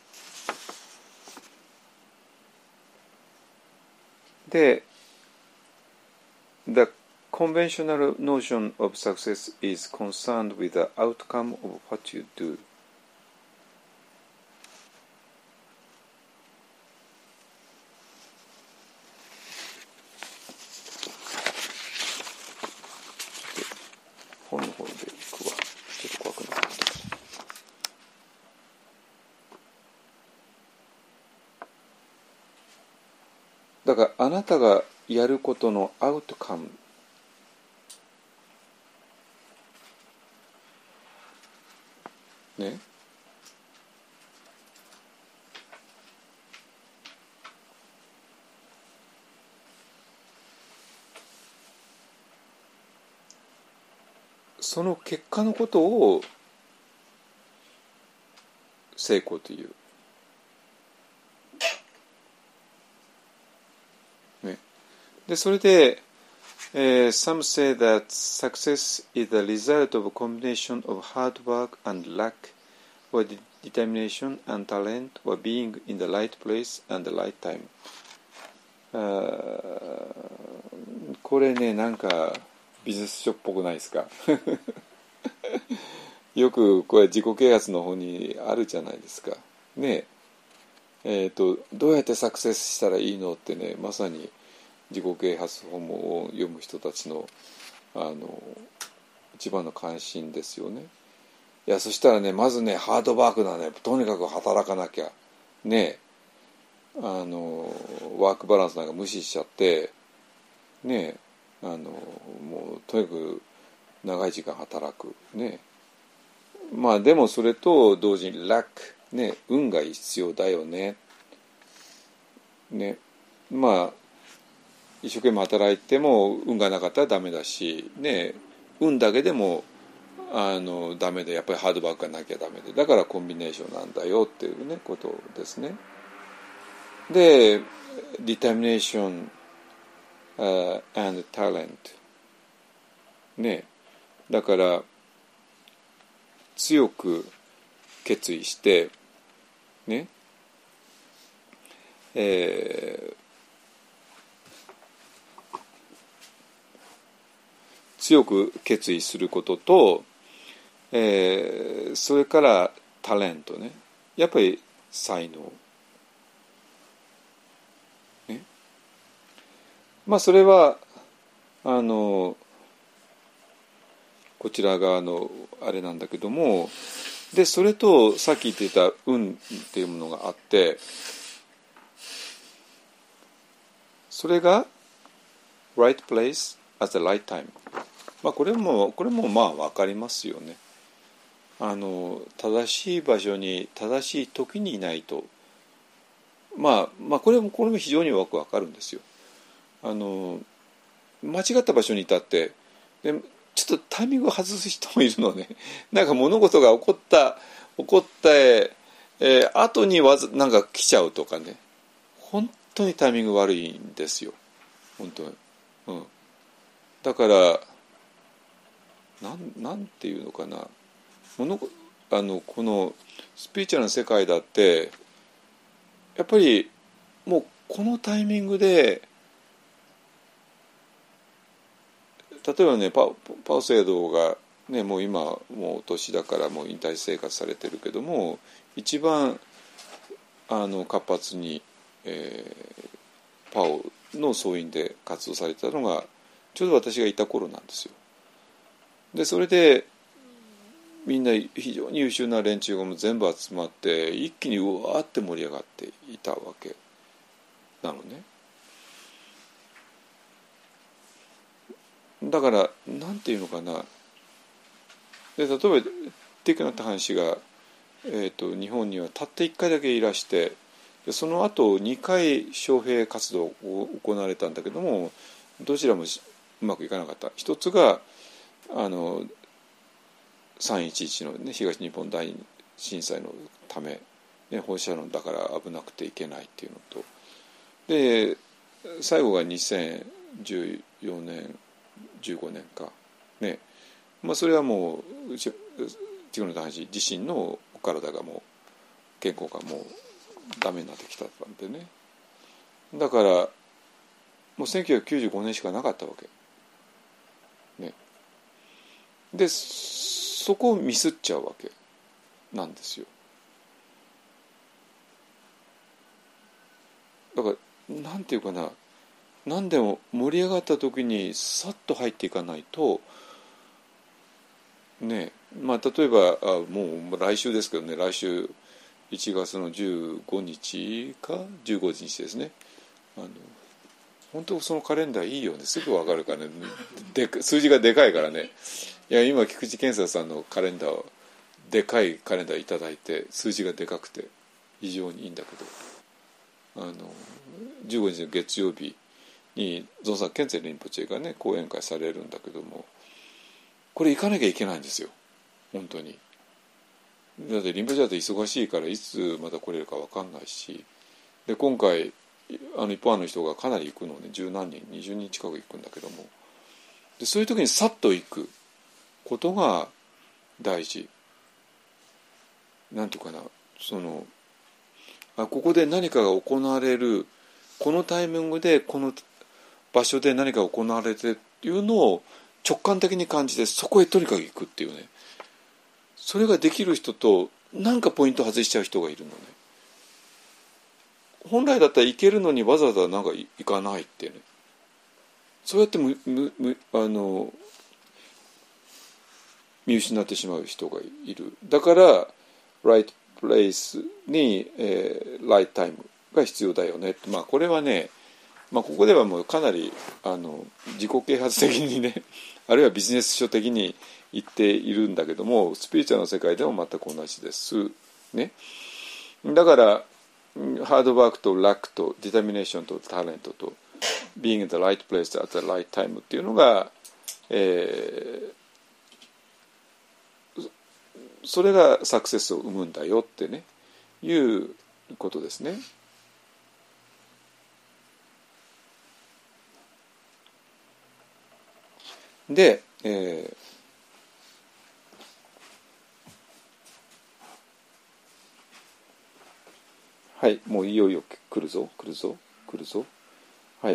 Speaker 1: で、The conventional notion of success is concerned with the outcome of what you do. 本の方でいくわ。ちょっと怖くなってきた。だからあなたがやることのアウトカムね、その結果のことを成功という、ね、でそれで、えー、Some say that success is the result of a combination of hard work and luck, or determination and talent, or being in the right place and the right time. あこれね、なんかビジネス書っぽくないですかよくこれ自己啓発の方にあるじゃないですかね。えーと、どうやってサクセスしたらいいのってね、まさに自己啓発本を読む人たちのあの一番の関心ですよね。いや、そしたらね、まずね、ハードワークだね、とにかく働かなきゃね、あのワークバランスなんか無視しちゃってね、あのもうとにかく長い時間働くね。まあでもそれと同時にラックね、運が必要だよね。ね、まあ一生懸命働いても運がなかったらダメだし、ね、運だけでもあのダメで、やっぱりハードワークがなきゃダメで、だからコンビネーションなんだよっていうねことですね。で、determination、uh, and talent ね、だから強く決意してね、えー、強く決意することと、えー、それからタレントね、やっぱり才能ね、まあそれはあのこちら側のあれなんだけども、でそれとさっき言ってた運っていうものがあって、それが right place at the right time。まあこれもこれもまあ分かりますよね。あの正しい場所に正しい時にいないと、まあまあこれもこれも非常によく分かるんですよ。あの間違った場所にいたってでちょっとタイミングを外す人もいるのね。なんか物事が起こった起こった、えー、後にわざなんか来ちゃうとかね、本当にタイミング悪いんですよ本当に、うん、だからなんなんていうのかな、ものあのこのスピリチュアルな世界だってやっぱりもうこのタイミングで、例えばねパパウセイドがね、もう今もうお年だからもう引退生活されてるけども、一番あの活発に、えー、パオの総員で活動されてたのがちょうど私がいた頃なんですよ。でそれでみんな非常に優秀な連中がもう全部集まって一気にうわーって盛り上がっていたわけなのね。だからなんていうのかな、で例えばティクナタハン氏が、えー、と日本にはたったいっかいだけいらして、でその後にかい招聘活動を行われたんだけども、どちらもうまくいかなかった。一つがあのさんいちいちの、ね、東日本大震災のため、ね、放射能だから危なくていけないっていうのと、で最後がにせんじゅうよねんじゅうごねんかね、まあ、それはもうティクナタハン氏自身のお体がもう健康がもうダメになってきたんでね、だからもうせんきゅうひゃくきゅうじゅうごねんしかなかったわけね。でそこをミスっちゃうわけなんですよ。だからなんていうかな、何でも盛り上がった時にさっと入っていかないとね、まあ例えばあもう来週ですけどね、来週いちがつのじゅうごにちかじゅうごにちですね。あの本当そのカレンダーいいよね、すぐ分かるからね、で数字がでかいからね。いや今菊池健太さんのカレンダーをでかいカレンダーいただいて数字がでかくて非常にいいんだけど、あのじゅうごにちの月曜日にゾンさんケンツェリンポチェがね講演会されるんだけども、これ行かなきゃいけないんですよ本当に。だってリンポチェだって忙しいからいつまた来れるか分かんないし、で今回あの一般の人がかなり行くのね、十何人にじゅうにん近く行くんだけども、でそういう時にさっと行くことが大事なんていうかな、そのあここで何かが行われる、このタイミングでこの場所で何かが行われてるっていうのを直感的に感じて、そこへとにかく行くっていうね、それができる人となんかポイント外しちゃう人がいるのね。本来だったら行けるのにわざわざなんか行かないってね、そうやってむむむあの見失ってしまう人がいる。だからライトプレイスに、えー、ライトタイムが必要だよねって、まあこれはね、まあ、ここではもうかなりあの自己啓発的にねあるいはビジネス書的に言っているんだけども、スピリチュアルの世界でも全く同じですね。だからハードワークとラックとディタミネーションとタレントと being in the right place at the right time っていうのが、えー、それがサクセスを生むんだよってねいうことですね。で、えーはい、もういよいよ来るぞ来るぞ来るぞ。はい。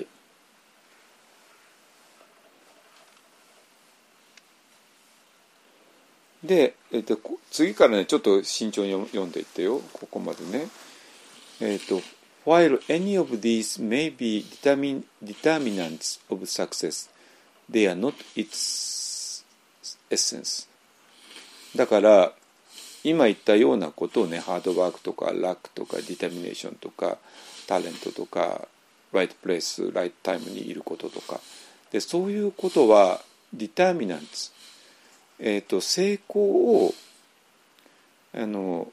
Speaker 1: で、えっと、次からねちょっと慎重に読んでいってよ、ここまでね。えっと While any of these may be determin determinants of success, they are not its essence. だから今言ったようなことをね、ハードワークとかラックとかディタミネーションとかタレントとかライトプレイスライトタイムにいることとかで、そういうことはディターミナンツ、えーと成功をあの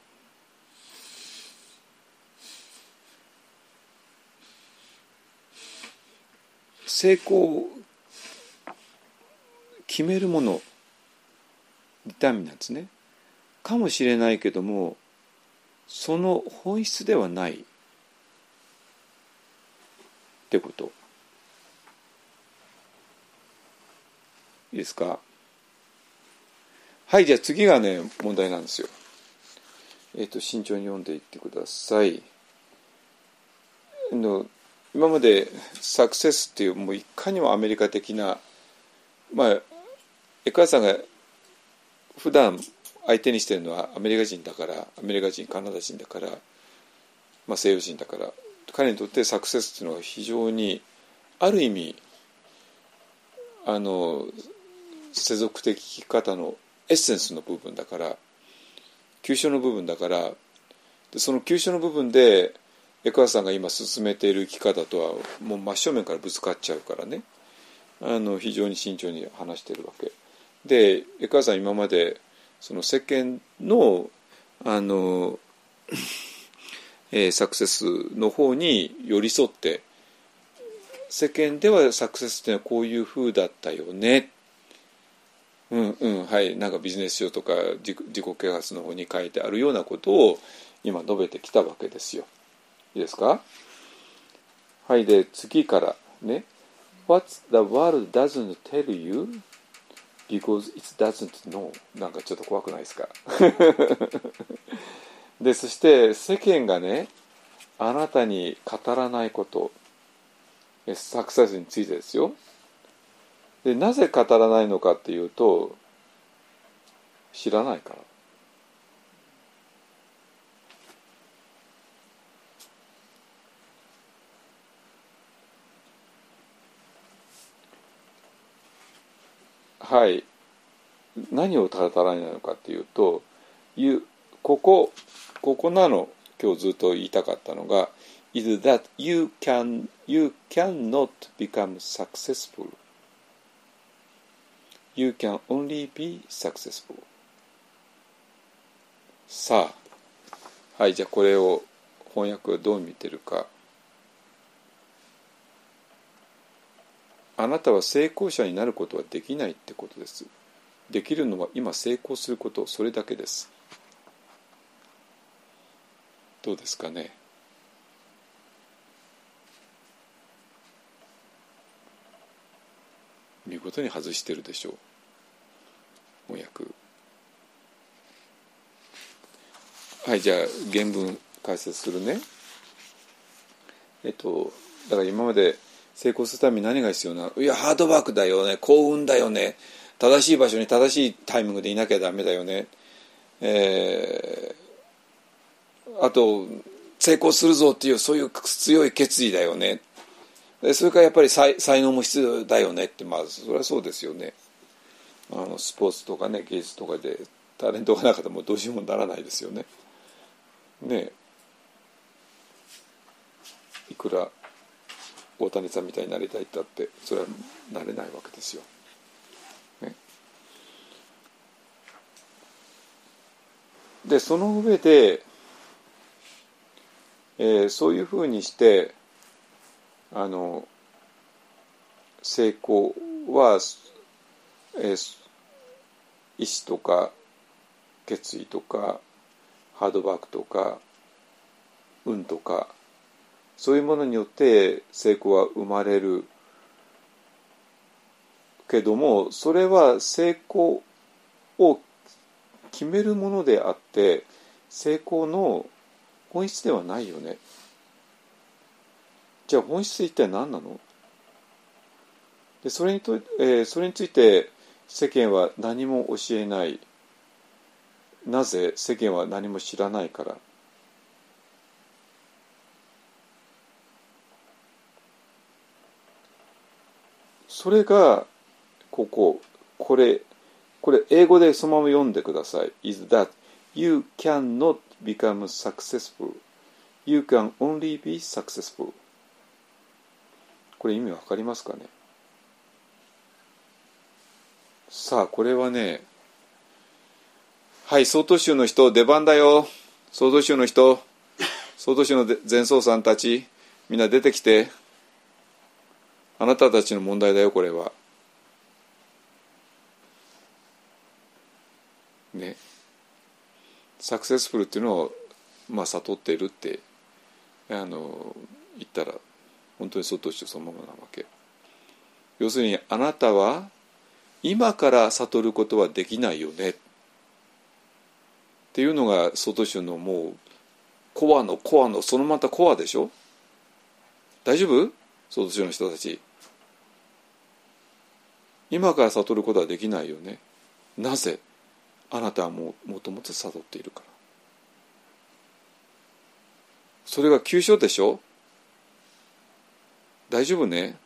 Speaker 1: 成功を決めるもの、ディターミナンツねかもしれないけども、その本質ではないってこと。いいですか。 はい、じゃあ次がね問題なんですよ。えっと慎重に読んでいってください。の今までサクセスっていうもういかにもアメリカ的な、まあエクアさんが普段相手にしてるのはアメリカ人だから、アメリカ人カナダ人だから、まあ、西洋人だから、彼にとってサクセスっていうのは非常にある意味あの世俗的生き方のエッセンスの部分だから、急所の部分だから、でその急所の部分でエクアさんが今進めている生き方とはもう真正面からぶつかっちゃうからね、あの非常に慎重に話しているわけで、エクアさん今までその世間のあの、えー、サクセスの方に寄り添って、世間ではサクセスってのはこういう風だったよね、うんうんはい、なんかビジネス書とか自己、自己啓発の方に書いてあるようなことを今述べてきたわけですよ。いいですか。はい、で次からね、 What the world doesn't tell you because it doesn't know、 なんかちょっと怖くないですかでそして世間がねあなたに語らないこと、サクセスについてですよ。でなぜ語らないのかっていうと、知らないから。はい、何を語らないのかっていうと、ここここなの、今日ずっと言いたかったのが is that you can you cannot become successful, you can only be successful。 さあ、はい、じゃあこれを翻訳はどう見てるか。あなたは成功者になることはできないってことです。できるのは今成功すること、それだけです。どうですかね。見事に外してるでしょう、翻訳。はい、じゃあ原文解説するね。えっとだから今まで成功するために何が必要なの？いやハードワークだよね、幸運だよね、正しい場所に正しいタイミングでいなきゃダメだよね、えー、あと成功するぞっていうそういう強い決意だよね、それからやっぱり 才, 才能も必要だよねって、まあそれはそうですよね。あのスポーツとかね、芸術とかでタレントがなかったらもうどうしようもならないですよね。ねえ、いくら大谷さんみたいになりたいってあってそれはなれないわけですよ、ね、でその上で、えー、そういうふうにしてあの成功は、えー、意志とか決意とかハードワークとか運とかそういうものによって成功は生まれるけども、それは成功を決めるものであって成功の本質ではないよね。じゃあ本質って一体何なの？でそれにと、えー、それについて世間は何も教えない。なぜ？世間は何も知らないから。それがここ、これこれ英語でそのまま読んでください。 is that you cannot become successful, you can only be successful。 これ意味わかりますかね。さあこれはね、はい、総統州の人出番だよ。総統州の人、総統州の前総さんたちみんな出てきて、あなたたちの問題だよこれはね。サクセスフルっていうのを、まあ、悟っているってあの言ったら本当にそうとしてそのままなわけ。要するにあなたは今から悟ることはできないよね。 っていうのが外宗のもうコアのコアのそのまたコアでしょ。大丈夫？外宗の人たち今から悟ることはできないよね。なぜ？あなたはもうもともと悟っているから。それが急所でしょ。大丈夫ね。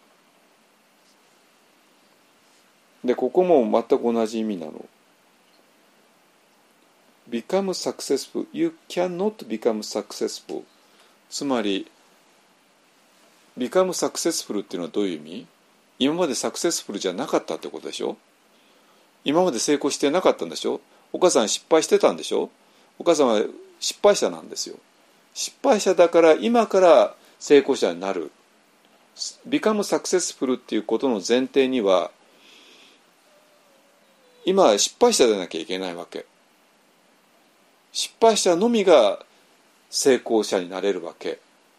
Speaker 1: でここも全く同じ意味なの。become successful. You cannot become successful. つまり become successful っていうのはどういう意味？今までサクセスフルじゃなかったってことでしょ。今まで成功してなかったんでしょ。お母さん失敗してたんでしょ。お母さんは失敗者なんですよ。失敗者だから今から成功者になる。become successful っていうことの前提には今失敗者でなきゃいけないわけ。失敗者のみが成功者になれるわけ。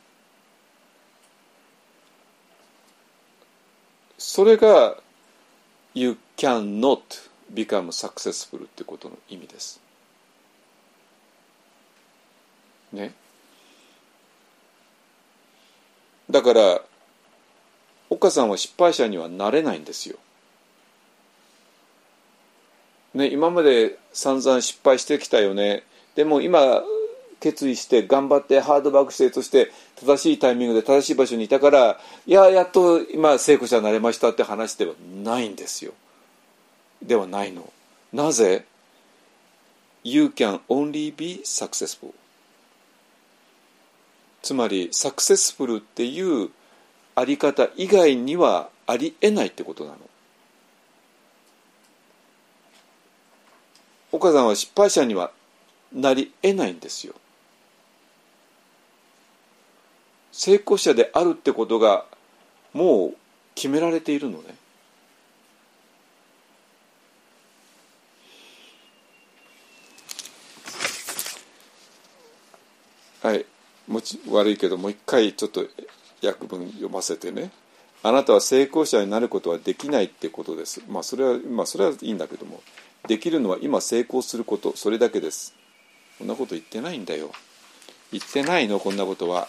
Speaker 1: それが You cannot become successful ってことの意味です。ね。だから岡さんは失敗者にはなれないんですよ。ね、今まで散々失敗してきたよね。でも今決意して頑張ってハードワークして、そして正しいタイミングで正しい場所にいたから、いややっと今成功者になれましたって話ではないんですよ。ではないの。なぜ？ You can only be successful。 つまりサクセスフルっていうあり方以外にはありえないってことなの。岡さんは失敗者にはなりえないんですよ。成功者であるってことがもう決められているのね。はい、もち悪いけどもう一回ちょっと訳文読ませてね。あなたは成功者になることはできないってことです。まあそれはまあそれはいいんだけども、できるのは今成功すること、それだけです。こんなこと言ってないんだよ。言ってないのこんなことは。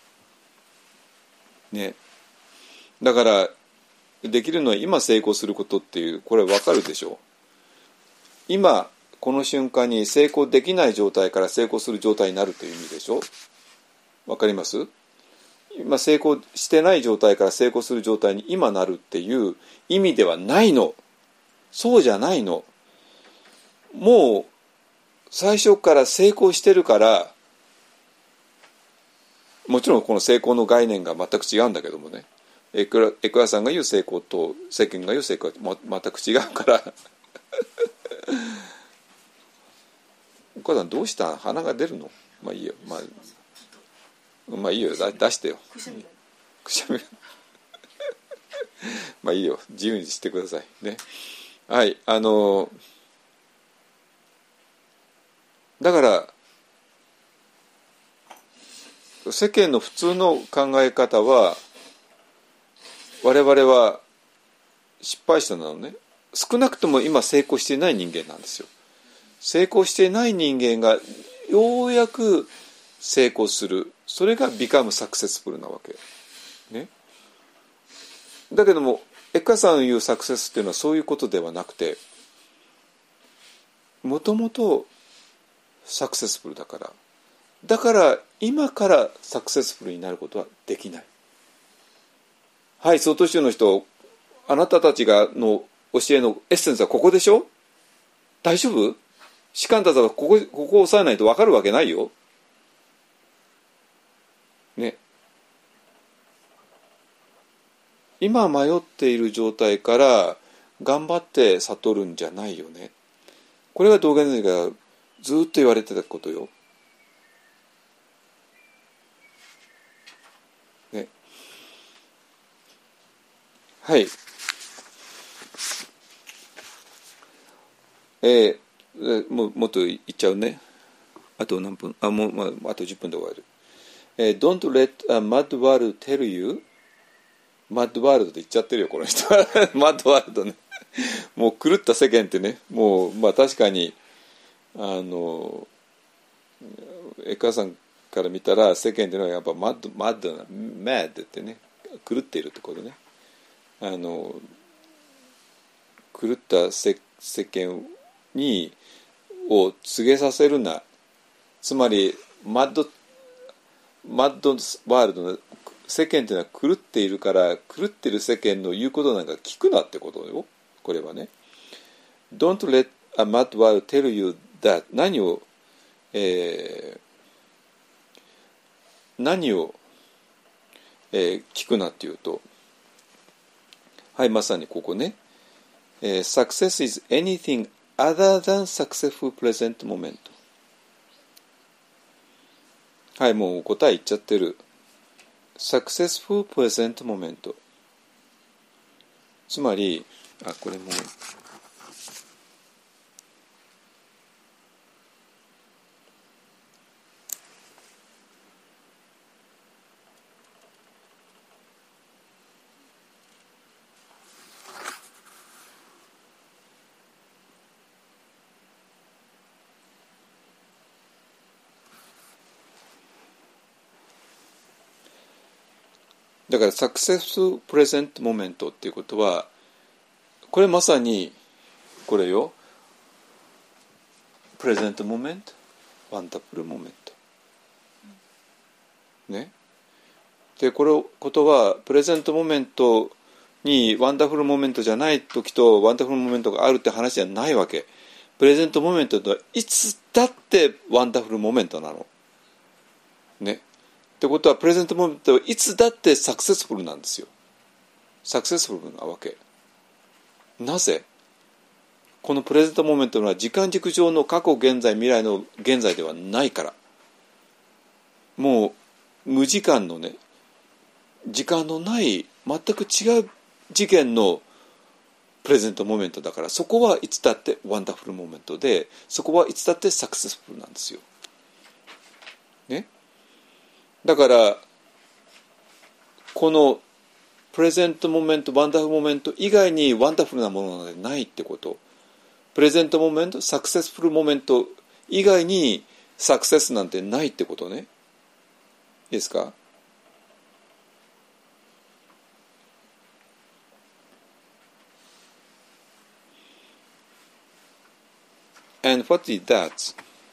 Speaker 1: ね。だからできるのは今成功することっていう、これ分かるでしょう。今この瞬間に成功できない状態から成功する状態になるという意味でしょ。分かります？今成功してない状態から成功する状態に今なるっていう意味ではないの。そうじゃないの。もう最初から成功してるから、もちろんこの成功の概念が全く違うんだけどもね、エクラ、エクラさんが言う成功と世間が言う成功は全く違うからお母さんどうした？鼻が出るの？まあいいよ、まあ、まあいいよ、出してよ。くしゃみくしゃみまあいいよ、自由にしてくださいね。はい、あのだから世間の普通の考え方は我々は失敗者なのね。少なくとも今成功していない人間なんですよ。成功していない人間がようやく成功する、それがビカムサクセスフルなわけね。だけどもエッカさんの言うサクセスっていうのはそういうことではなくて、もともとサクセスフルだから、だから今からサクセスフルになることはできない。はい、相当宗の人、あなたたちがの教えのエッセンスはここでしょ。大丈夫？士官たちはここ、ここを押さえないと分かるわけないよね。今迷っている状態から頑張って悟るんじゃないよね。これが道元先生がずっと言われてたことよ。ね。はい。えー、もうもっと言っちゃうね。あと何分？あ、もう、まあ、あとじゅっぷんで終わる。えー、Don't let a mad world tell you。マッドワールドって言っちゃってるよこの人マッドワールドねもう狂った世間ってね、もうまあ確かにあのエカさんから見たら世間というのはやっぱマッドマッドなマッドってね、狂っているってことね。あの狂った世間にを告げさせるな、つまりマッドマッドワールドの世間というのは狂っているから、狂っている世間の言うことなんか聞くなってことよ、これはね。 Don't let a mad world tell you that 何を、えー、何を、えー、聞くなっていうと、はい、まさにここね、えー、Success is anything other than successful present moment。 はい、もう答え言っちゃってる。 Successful present moment、 つまり、あ、これもだからサクセスプレゼントモメントっていうことは、これまさにこれよ、プレゼントモメント、ワンダフルモメントね。でこのことはプレゼントモメントにワンダフルモメントじゃない時とワンダフルモメントがあるって話じゃないわけ。プレゼントモメントとはいつだってワンダフルモメントなのね。ってことはプレゼントモメントはいつだってサクセスフルなんですよ。サクセスフルなわけ。なぜ？このプレゼントモメントは時間軸上の過去現在未来の現在ではないから。もう無時間のね、時間のない全く違う次元のプレゼントモメントだから、そこはいつだってワンダフルモメントで、そこはいつだってサクセスフルなんですよ。ね。だからこのプレゼントモメント、ワンダフルモメント以外にワンダフルなものなんてないってこと。プレゼントモメント、サクセスフルモメント以外にサクセスなんてないってことね。いいですか？ And what is that?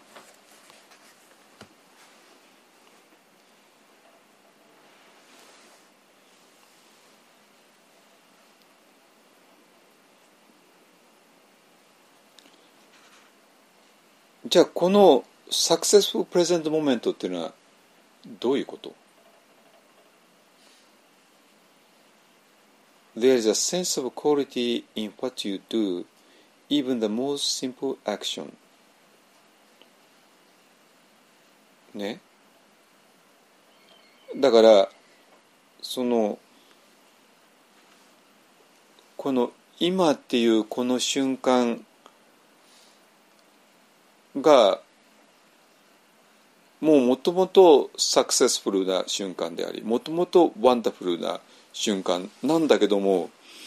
Speaker 1: じゃあこのサクセスフルプレゼントモメントっていうのはどういうこと？ There is a sense of quality in what you do, even the most simple action. ね。だからそのこの今っていうこの瞬間がもうもともとサクセスフルな瞬間であり、もともとワンダフルな瞬間なんだけども、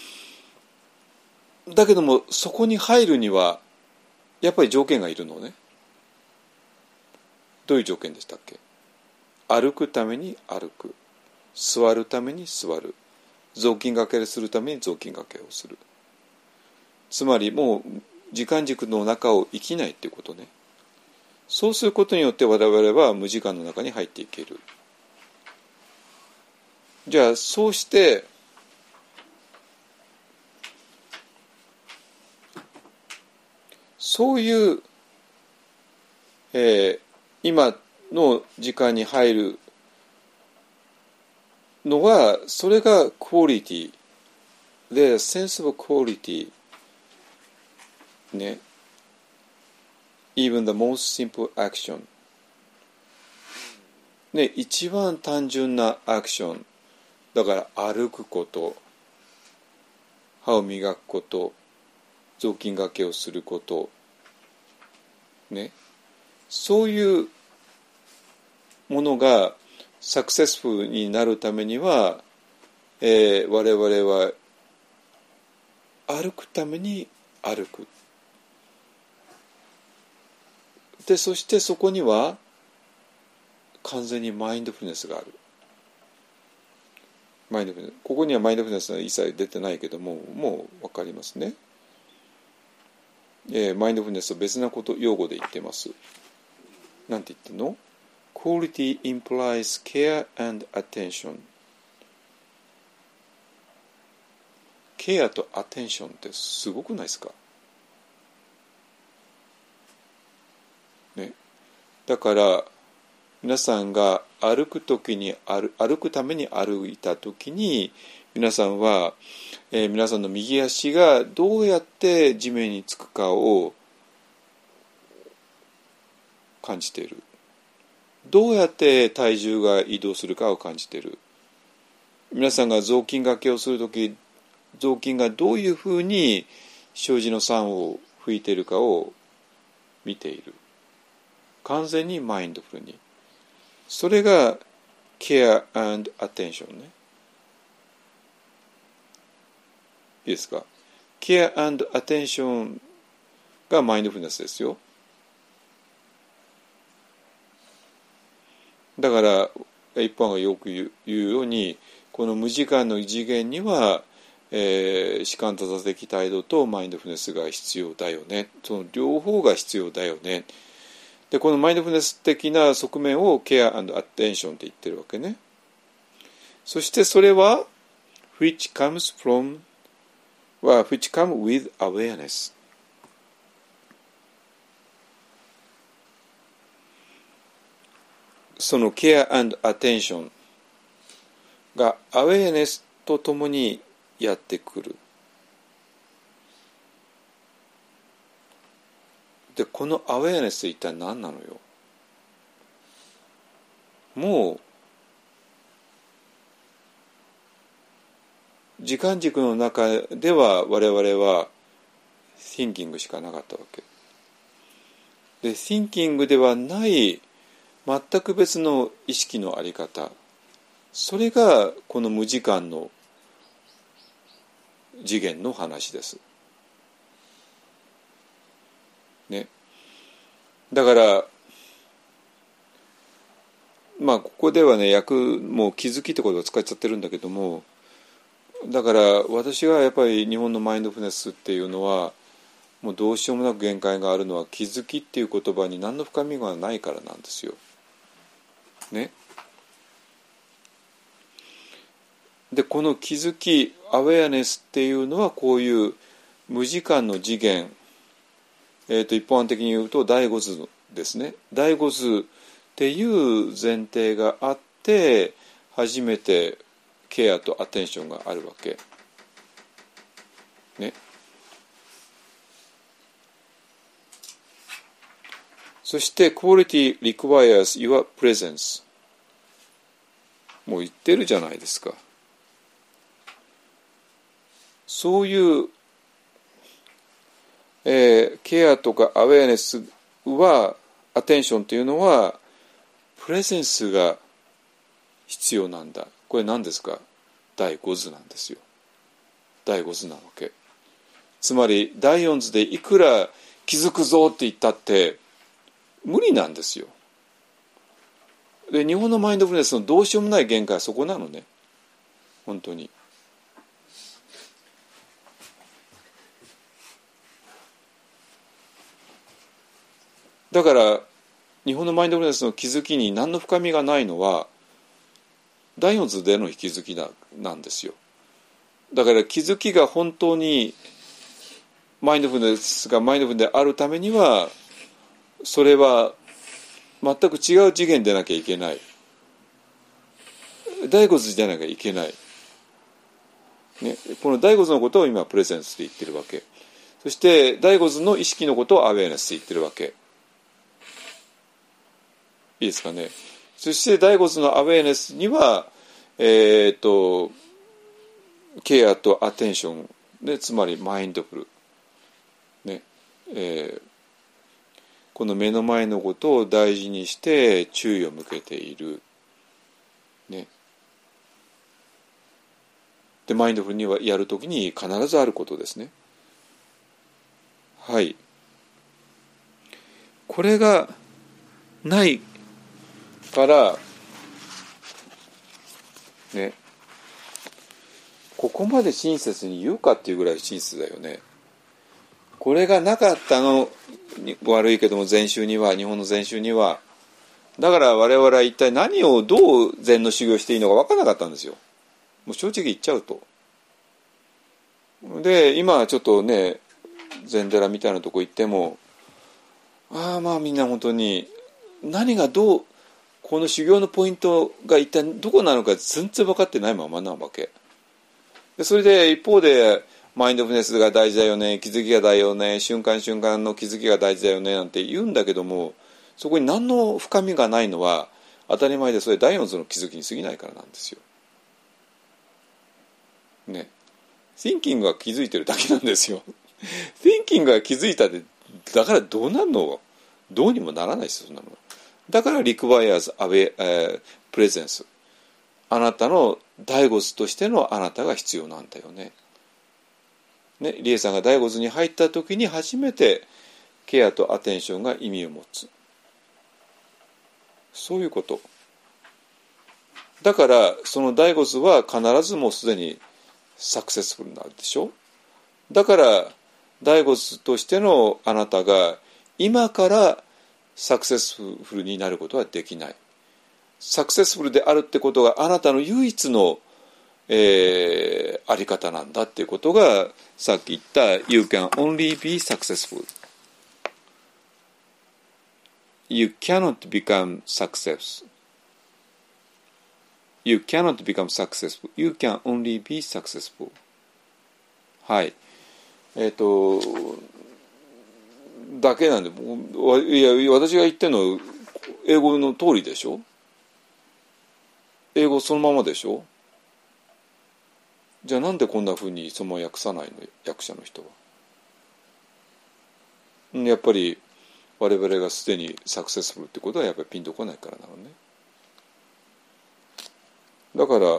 Speaker 1: だけどもそこに入るにはやっぱり条件がいるのね。どういう条件でしたっけ？歩くために歩く、座るために座る、雑巾がけするために雑巾がけをする。つまりもう時間軸の中を生きないっていうことね。そうすることによって我々は無時間の中に入っていける。じゃあそうしてそういう、えー、今の時間に入るのは、それがクオリティで、sense of quality ね。Even the most simple action ね、一番単純なアクションだから、歩くこと、歯を磨くこと、雑巾がけをすることね、そういうものがサクセスフルになるためには、えー、我々は歩くために歩く。 でそしてそこには完全にマインドフルネスがある。マインドフルネス、ここにはマインドフルネスは一切出てないけども、もう分かりますね。えー、マインドフルネスを別なこと用語で言ってます。なんて言ってるの？ Quality implies care and attention。 ケアとアテンションってすごくないですかね。だから皆さんが歩くときに歩くために歩いたときに、皆さんは、えー、皆さんの右足がどうやって地面につくかを感じている。どうやって体重が移動するかを感じている。皆さんが雑巾がけをするとき、雑巾がどういうふうに障子の酸を拭いているかを見ている。完全にマインドフルに。それが care and attention ね。いいですか？ care and attention がマインドフルネスですよ。だから一般がよく言うように、この無時間の異次元には、えー、士官多座的態度とマインドフルネスが必要だよね。その両方が必要だよね。でこのマインドフルネス的な側面をケア&アテンションって言ってるわけね。そしてそれは which comes from which come with awareness。 そのケア&アテンションがアウェアネスとともにやってくる。でこのアウェアネスって一体何なのよ。もう時間軸の中では我々は Thinking しかなかったわけで、 Thinking ではない全く別の意識のあり方、それがこの無時間の次元の話ですね。だからまあここではね、訳もう気づきってことを使っちゃってるんだけども、だから私がやっぱり日本のマインドフルネスっていうのはもうどうしようもなく限界があるのは、気づきっていう言葉に何の深みがないからなんですよね。でこの気づきアウェアネスっていうのはこういう無時間の次元、えー、と一般的に言うと第五図ですね。第五図っていう前提があって初めてケアとアテンションがあるわけね。そして Quality requires your presence、 もう言ってるじゃないですか。そういう、えー、ケアとかアウェアネスはアテンションというのはプレゼンスが必要なんだ。これ何ですか？第五図なんですよ。第五図なわけ。つまり第四図でいくら気づくぞって言ったって無理なんですよ。で日本のマインドフルネスのどうしようもない限界はそこなのね。本当に。だから日本のマインドフルネスの気づきに何の深みがないのは第四図での気づきな、なんですよ。だから気づきが本当にマインドフルネスがマインドフルであるためにはそれは全く違う次元でなきゃいけない。第五図じゃなきゃいけない、ね、この第五図のことを今プレゼンスで言ってるわけ。そして第五図の意識のことをアウェアネスで言ってるわけ。いいですかね。そして第五図のアウェアネスには、えー、とケアとアテンションで、つまりマインドフル、ねえー、この目の前のことを大事にして注意を向けている、ね、でマインドフルにはやるときに必ずあることですね。はい。 これがないからね、ここまで親切に言うかっていうぐらい親切だよね。これがなかったの悪いけども、禅宗には、日本の禅宗には、だから我々は一体何をどう禅の修行していいのか分からなかったんですよ。もう正直言っちゃうと。で今ちょっとね、禅寺みたいなとこ行っても、ああまあみんな本当に何がどう、この修行のポイントが一体どこなのか全然分かってないままなわけで、それで一方でマインドフルネスが大事だよね、気づきが大事だよね、瞬間瞬間の気づきが大事だよねなんて言うんだけども、そこに何の深みがないのは当たり前で、それ第四図の気づきに過ぎないからなんですよね。Thinking が気づいてるだけなんですよThinking が気づいたで、だからどうなんの、どうにもならないですよ、そんなの。だから requires a presence、 あなたの第五図としてのあなたが必要なんだよね。ね、リエさんが第五図に入った時に初めてケアとアテンションが意味を持つ、そういうこと。だからその第五図は必ずもうすでにサクセスフルになるでしょ。だから第五図としてのあなたが今からサクセスフルになることはできない。サクセスフルであるってことがあなたの唯一の、えー、あり方なんだっていうことが、さっき言った You can only be successful。 You cannot become successful。 You cannot become successful。 You can only be successful。 はい、えっとだけなんで、いや私が言ってるの英語の通りでしょ。英語そのままでしょ。じゃあなんでこんなふうにそのまま訳さないの、役者の人は。やっぱり我々がすでにサクセスフルってことはやっぱりピンとこないからなのね。だから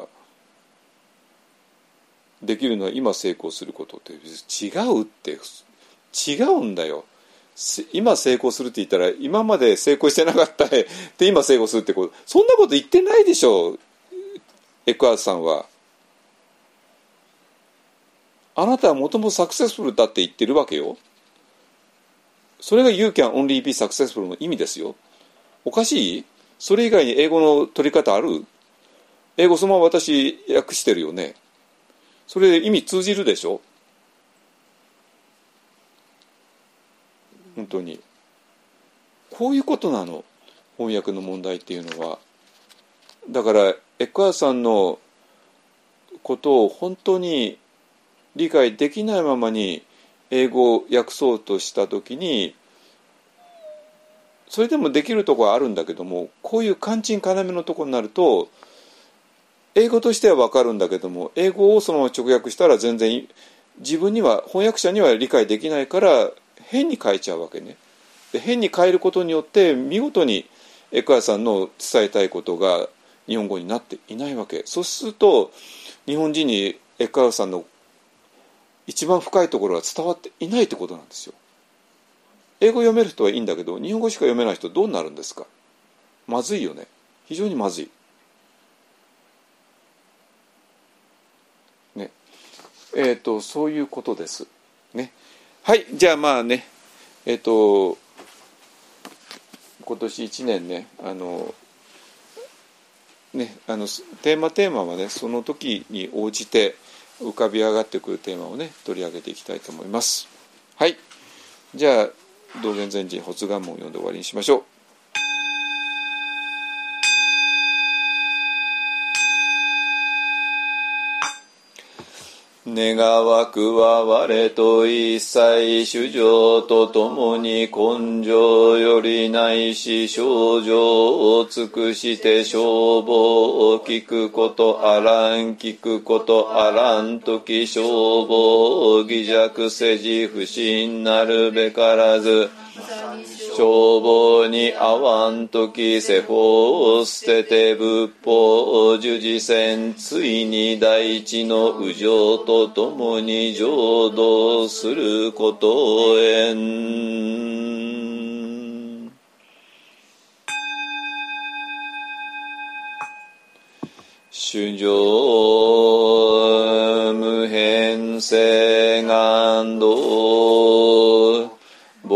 Speaker 1: できるのは今成功することって、違うって、違うんだよ。今成功するって言ったら今まで成功してなかったで今成功するってこと、そんなこと言ってないでしょエクアースさんは。あなたはもともとサクセスフルだって言ってるわけよ。それが You can only be successful の意味ですよ。おかしい？それ以外に英語の取り方ある？英語そのまま私訳してるよね。それで意味通じるでしょ。本当にこういうことなの、翻訳の問題っていうのは。だからエクアーさんのことを本当に理解できないままに英語を訳そうとしたときに、それでもできるところはあるんだけども、こういう肝心要のところになると英語としては分かるんだけども、英語をそのまま直訳したら全然自分には、翻訳者には理解できないから変に変えちゃうわけね。で変に変えることによって見事にエクアさんの伝えたいことが日本語になっていないわけ。そうすると日本人にエクアさんの一番深いところが伝わっていないってことなんですよ。英語読める人はいいんだけど、日本語しか読めない人どうなるんですか。まずいよね。非常にまずいね。えっとそういうことですね。はい、じゃあまあね、えっと今年いちねんね、あのね、あのテーマテーマはね、その時に応じて浮かび上がってくるテーマをね取り上げていきたいと思います。はい、じゃあ道元禅師発願文を読んで終わりにしましょう。願わくは我と一切衆生とともに根性よりないし症状を尽くして消防を聞くことあらん、聞くことあらんとき消防を疑弱せじ不信なるべからず、消防に合わんとき世法を捨てて仏法を従事せん、ついに大地の右上とともに浄土することへん。 衆生無変性願道煩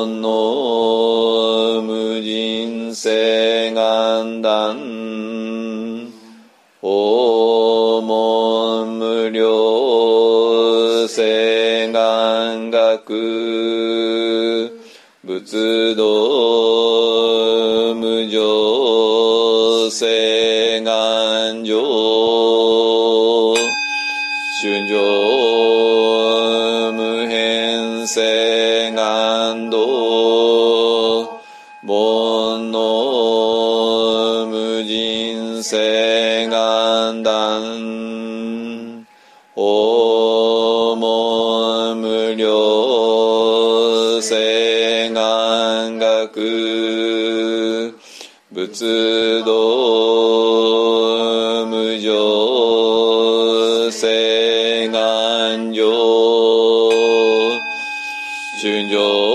Speaker 1: 悩無人性願断訪問無量性願学仏道無常性願上衆生無変性願道煩悩無人性願断訪問無量性願学仏道無常性願上衆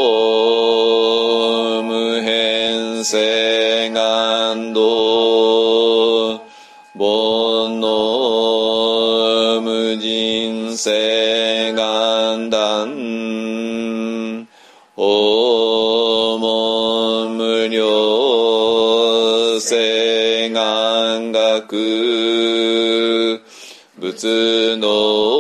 Speaker 1: 生無変性願道煩悩無人性願断訪問無量性願学仏道